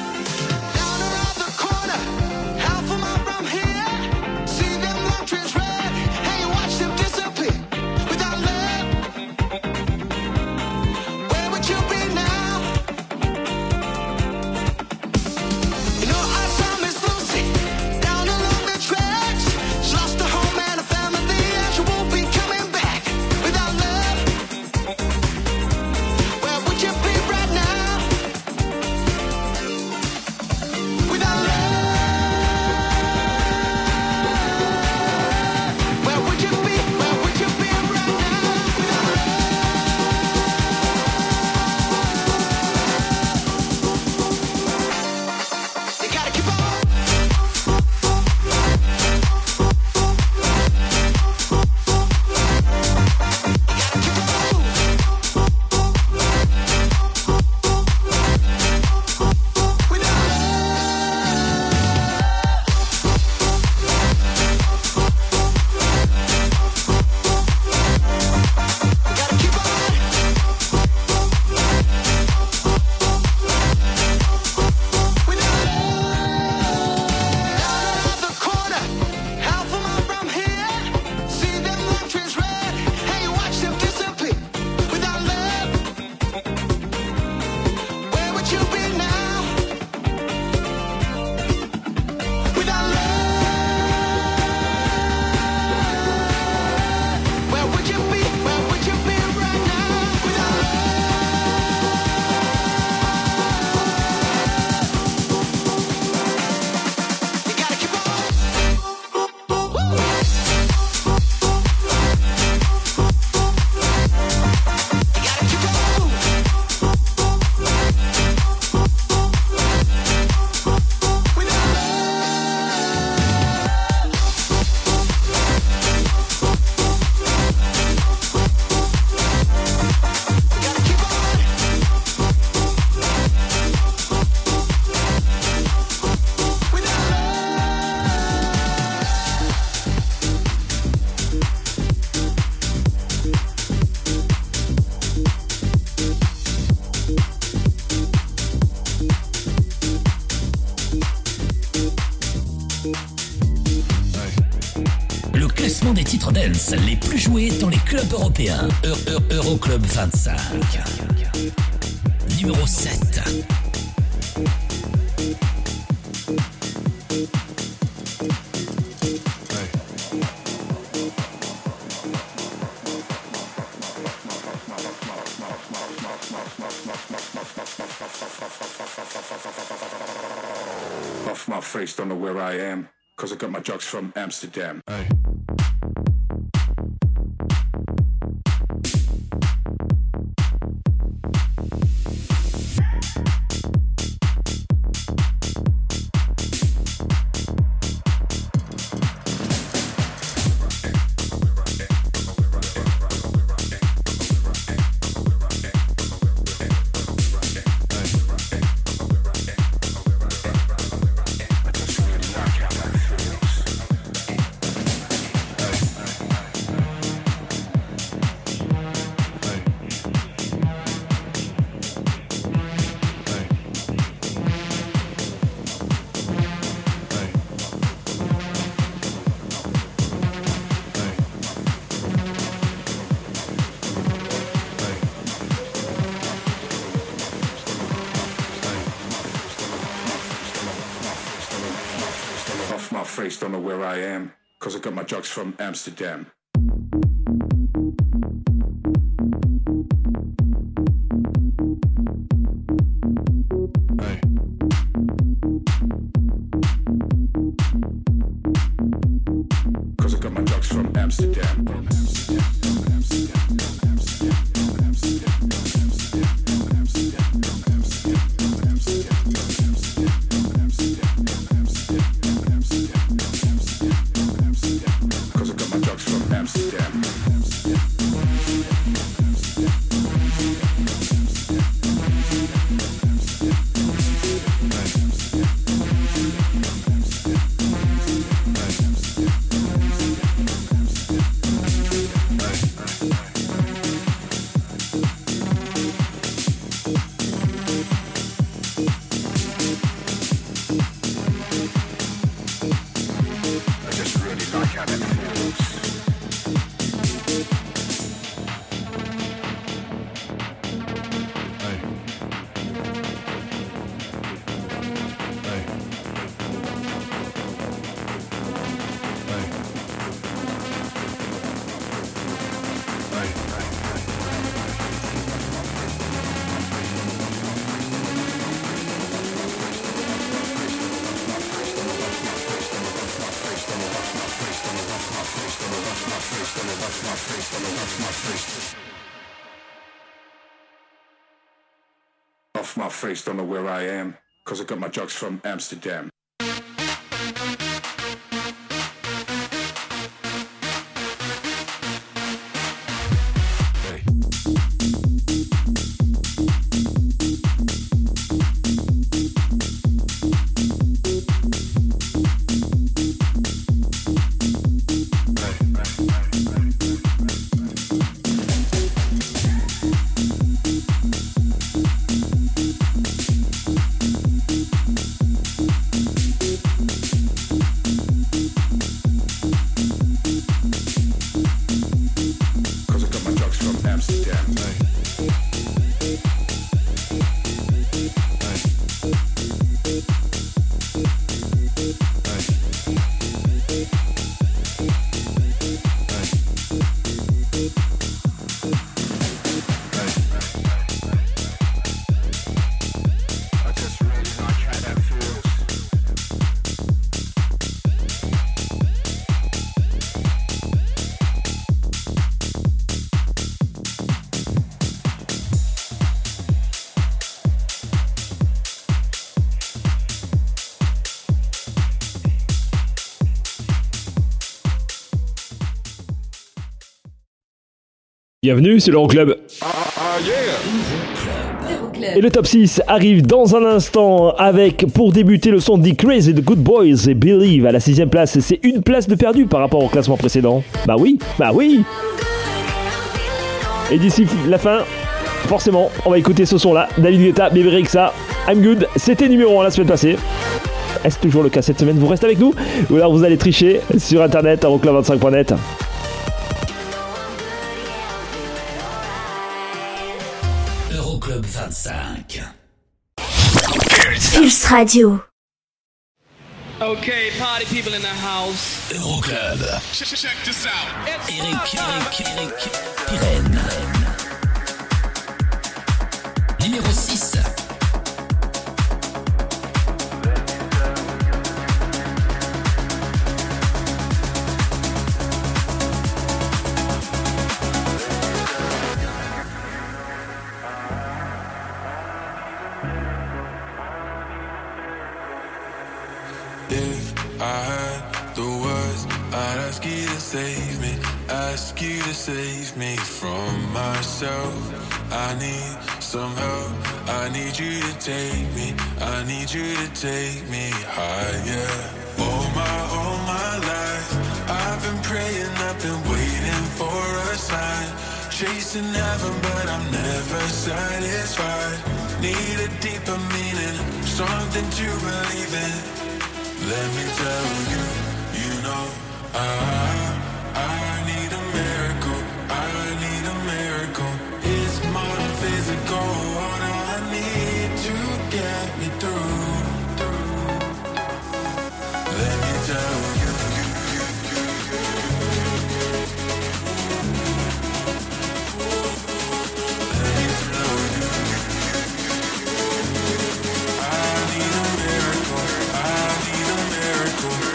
[SPEAKER 3] Des titres dance les plus joués dans les clubs européens. Euro, Euro, Euroclub vingt-cinq. Numéro sept.
[SPEAKER 11] Off my face, don't know where I am, cause I got my drugs from Amsterdam. Hey. Face, don't know where I am, cause I got my drugs from Amsterdam. Hey. Cause I got my drugs from Amsterdam. From Amsterdam, from Amsterdam, from Amsterdam, from Amsterdam, from Amsterdam, from Amsterdam, from Amsterdam, from Amsterdam, from Amsterdam. off my face. Off my face, don't know where I am, cause I got my drugs from Amsterdam.
[SPEAKER 1] Bienvenue, c'est l'Euroclub.
[SPEAKER 11] Ah, ah, yeah.
[SPEAKER 1] Et le top six arrive dans un instant avec, pour débuter, le son de Crazy, The Good Boys et Believe à la sixième place. C'est une place de perdu par rapport au classement précédent. Bah oui, bah oui. Et d'ici la fin, forcément, on va écouter ce son-là. David Guetta, Bébé Rexha, I'm Good. C'était numéro un la semaine passée. Est-ce toujours le cas cette semaine? Vous restez avec nous? Ou alors vous allez tricher sur internet, euroclub vingt-cinq point net.
[SPEAKER 3] Euroclub vingt-cinq.
[SPEAKER 6] Pulse Radio.
[SPEAKER 7] Okay, party people in the house.
[SPEAKER 3] Euroclub.
[SPEAKER 7] Check, check this out.
[SPEAKER 3] Eric, Eric, Eric, Pirenne. Numéro six.
[SPEAKER 12] Save me, ask you to save me from myself. I need some help. I need you to take me. I need you to take me higher. All my, all my life, I've been praying, I've been waiting for a sign. Chasing heaven, but I'm never satisfied. Need a deeper meaning, something to believe in. Let me tell you, you know I. I need a miracle, I need a miracle. It's more than physical, what I need to get me through. Let me tell you. Let me tell you. I need a miracle, I need a miracle.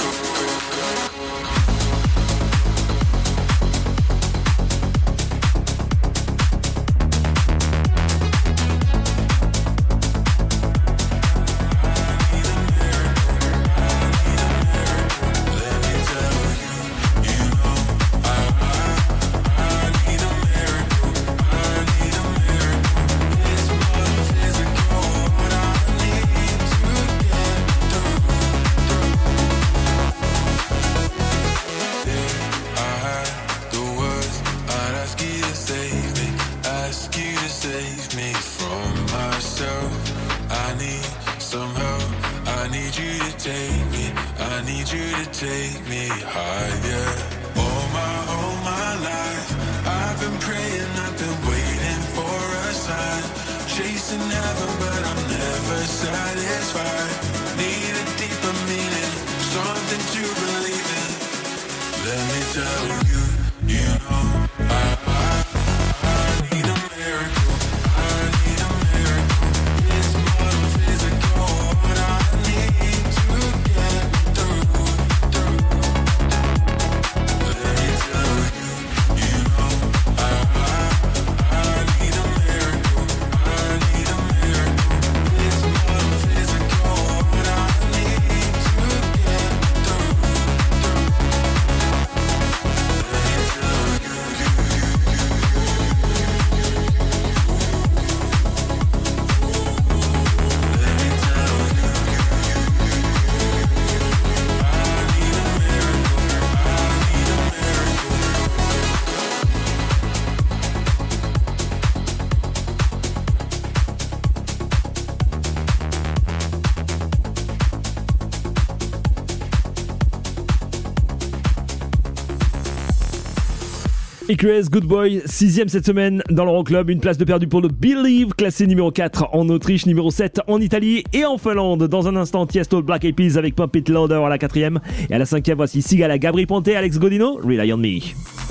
[SPEAKER 12] I
[SPEAKER 1] Icarus, Good Boy, sixième cette semaine dans l'Euroclub, une place de perdu pour le Believe, classé numéro quatre en Autriche, numéro sept en Italie et en Finlande. Dans un instant, Tiesto, Black Eyed Peas avec Pump It Louder à la quatrième. Et à la cinquième, voici Sigala, Gabri Ponte, Alex Godino, Rely on Me.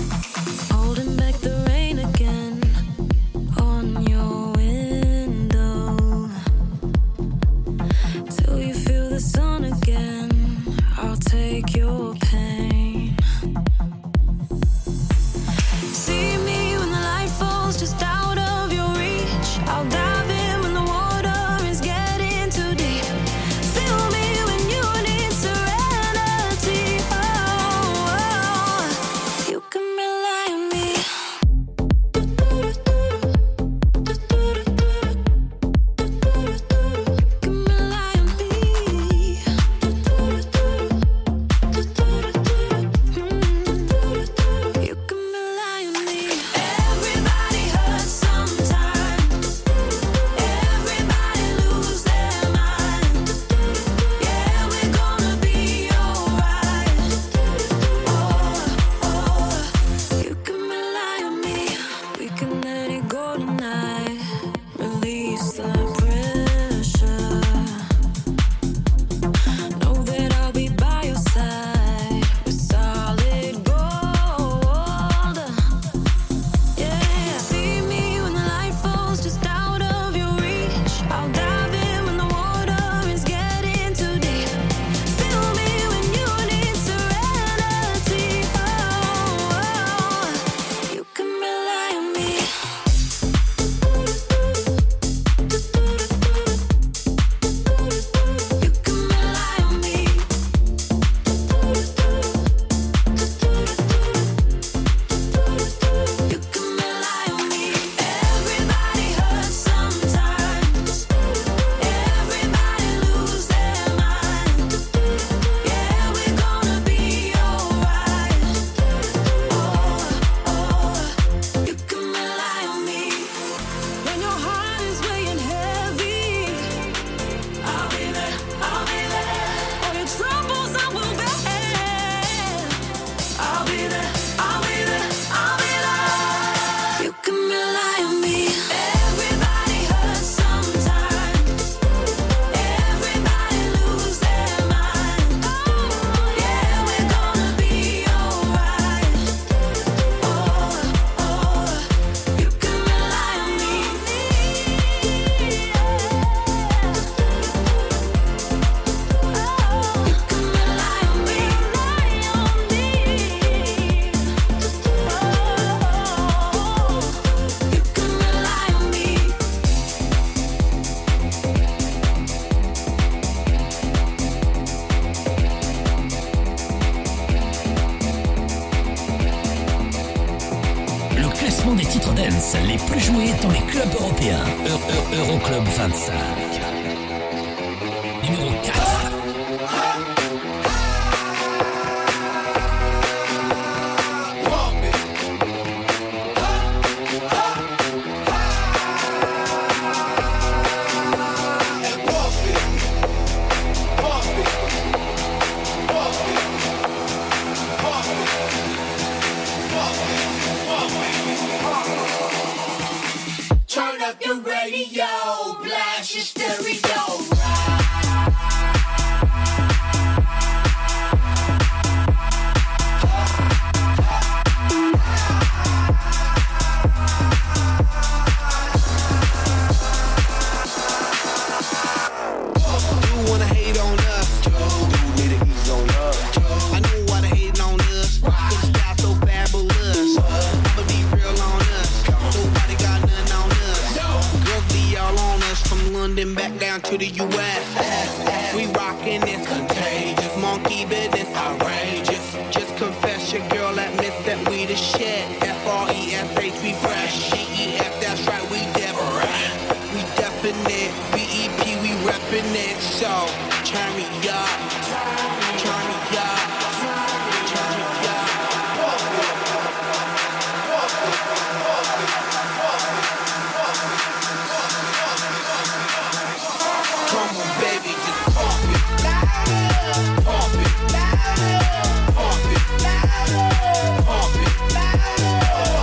[SPEAKER 3] Des titres dance les plus joués dans les clubs européens. Euroclub vingt-cinq. Numéro quatre.
[SPEAKER 13] To the U S We rockin' this contagious monkey business outrageous. Just confess your girl admits that we the shit. F R E S H we fresh. G E F that's right we definite. We definite. B E P we reppin' it. So turn me up, turn me up, turn me up. Come on, baby, just pump it louder, pump it louder, pump it louder, pump it louder.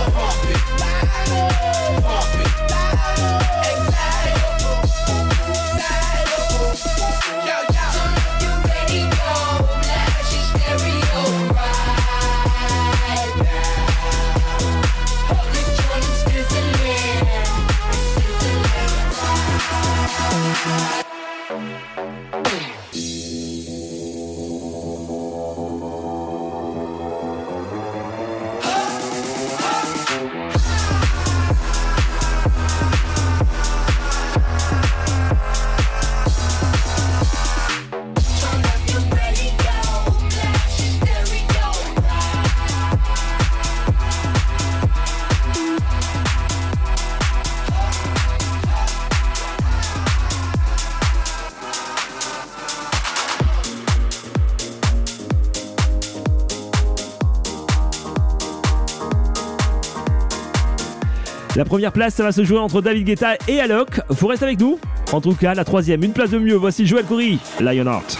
[SPEAKER 1] La première place, ça va se jouer entre David Guetta et Alok. Faut rester avec nous. En tout cas, la troisième, une place de mieux. Voici Joël Corry, Lionheart.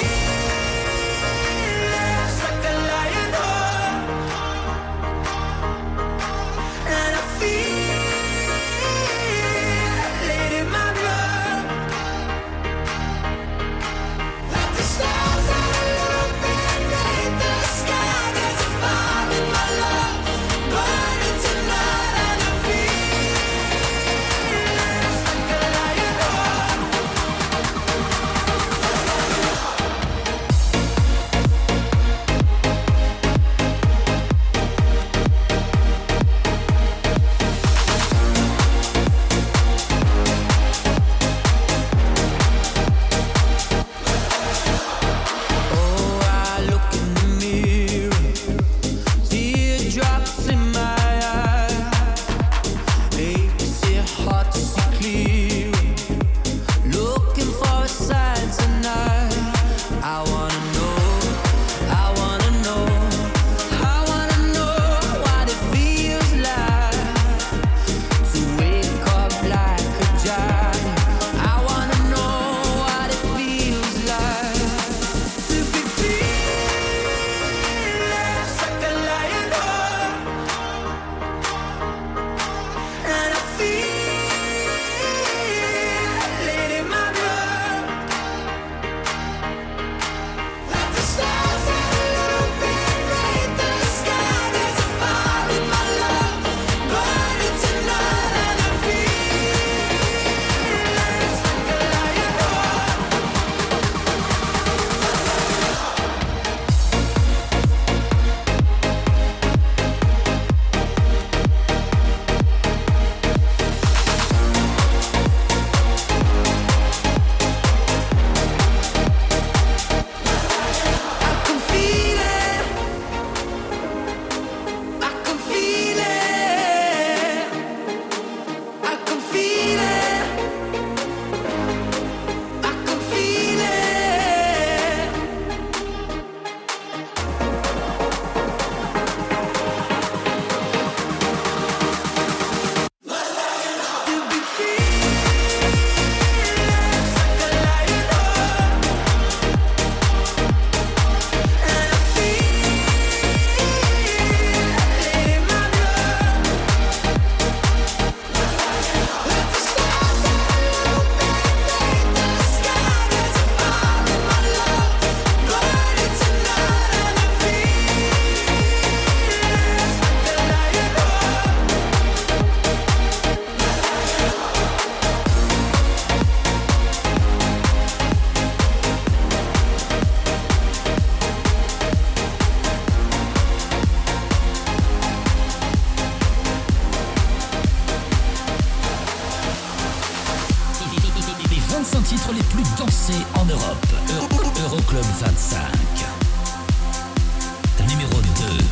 [SPEAKER 3] titres les plus dansés en Europe. Euro- Euroclub vingt-cinq. Numéro deux.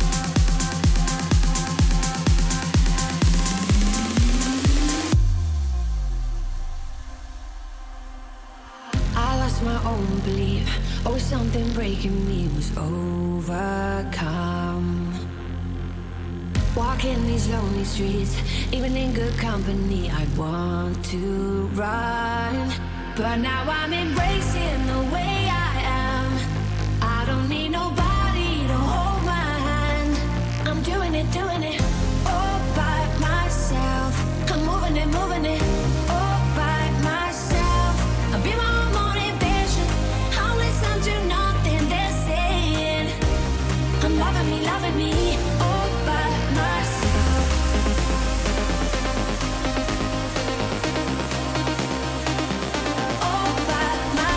[SPEAKER 6] I lost my own belief. Oh, something breaking me was overcome. Walking these lonely streets, even in good company, I want to run. But now I'm embracing the way I am. I don't need nobody to hold my hand. I'm doing it, doing it all by myself. I'm moving it, moving it all by myself. I'll be my own motivation. I'll listen to nothing they're saying. I'm loving me, loving me all by myself. All by myself.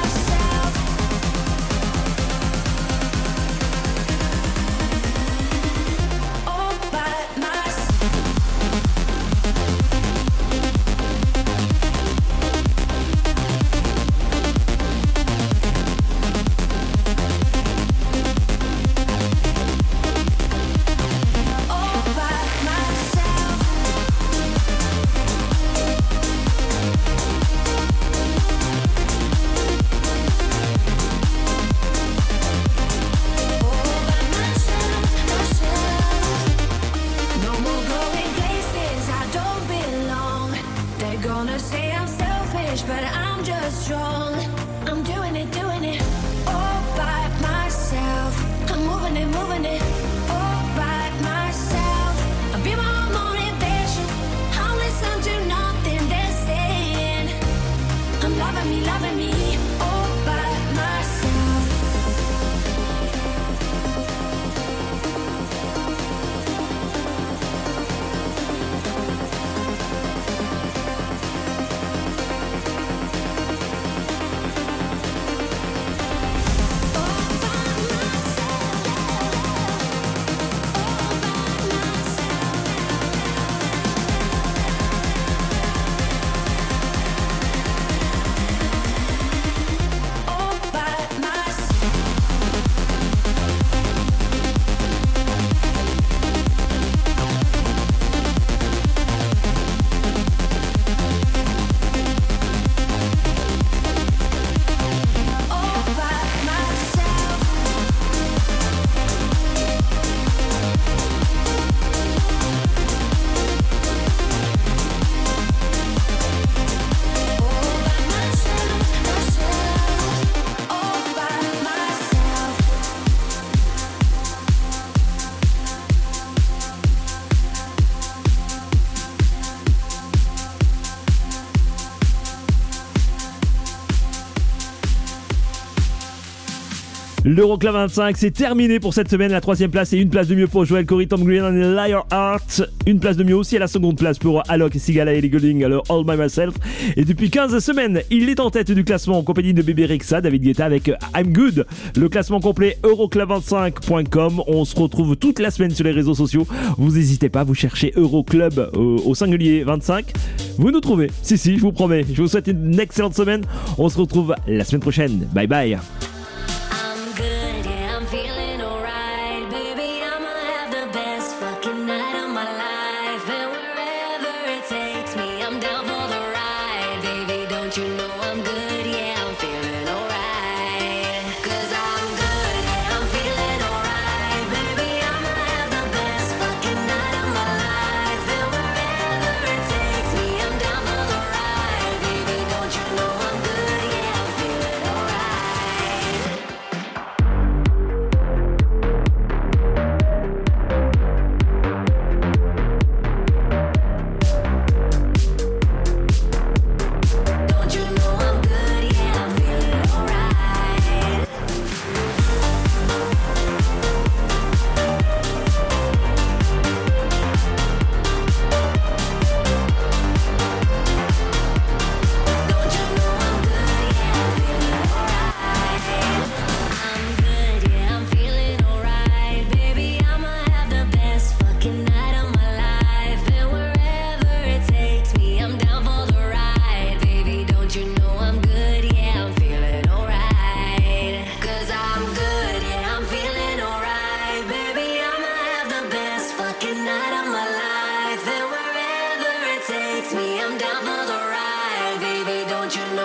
[SPEAKER 6] selfish, but I'm just strong. I'm doing it, doing it all by myself. I'm moving it, moving it all by myself. I'll be my own motivation. I'll listen to nothing they're saying. I'm loving me, loving me all by myself.
[SPEAKER 1] L'Euroclub vingt-cinq, c'est terminé pour cette semaine. La troisième place et une place de mieux pour Joel Corey, Tom Green et Liar Heart. Une place de mieux aussi à la seconde place pour Alok et Sigala et Ellie Goulding, le All By Myself. Et depuis quinze semaines, il est en tête du classement en compagnie de Bébé Rexha, David Guetta avec I'm Good. Le classement complet euroclub vingt-cinq point com. On se retrouve toute la semaine sur les réseaux sociaux. Vous n'hésitez pas, vous cherchez Euroclub au, au singulier vingt-cinq. Vous nous trouvez. Si, si, je vous promets. Je vous souhaite une excellente semaine. On se retrouve la semaine prochaine. Bye bye.
[SPEAKER 6] Me, I'm down for the ride, baby, don't you know?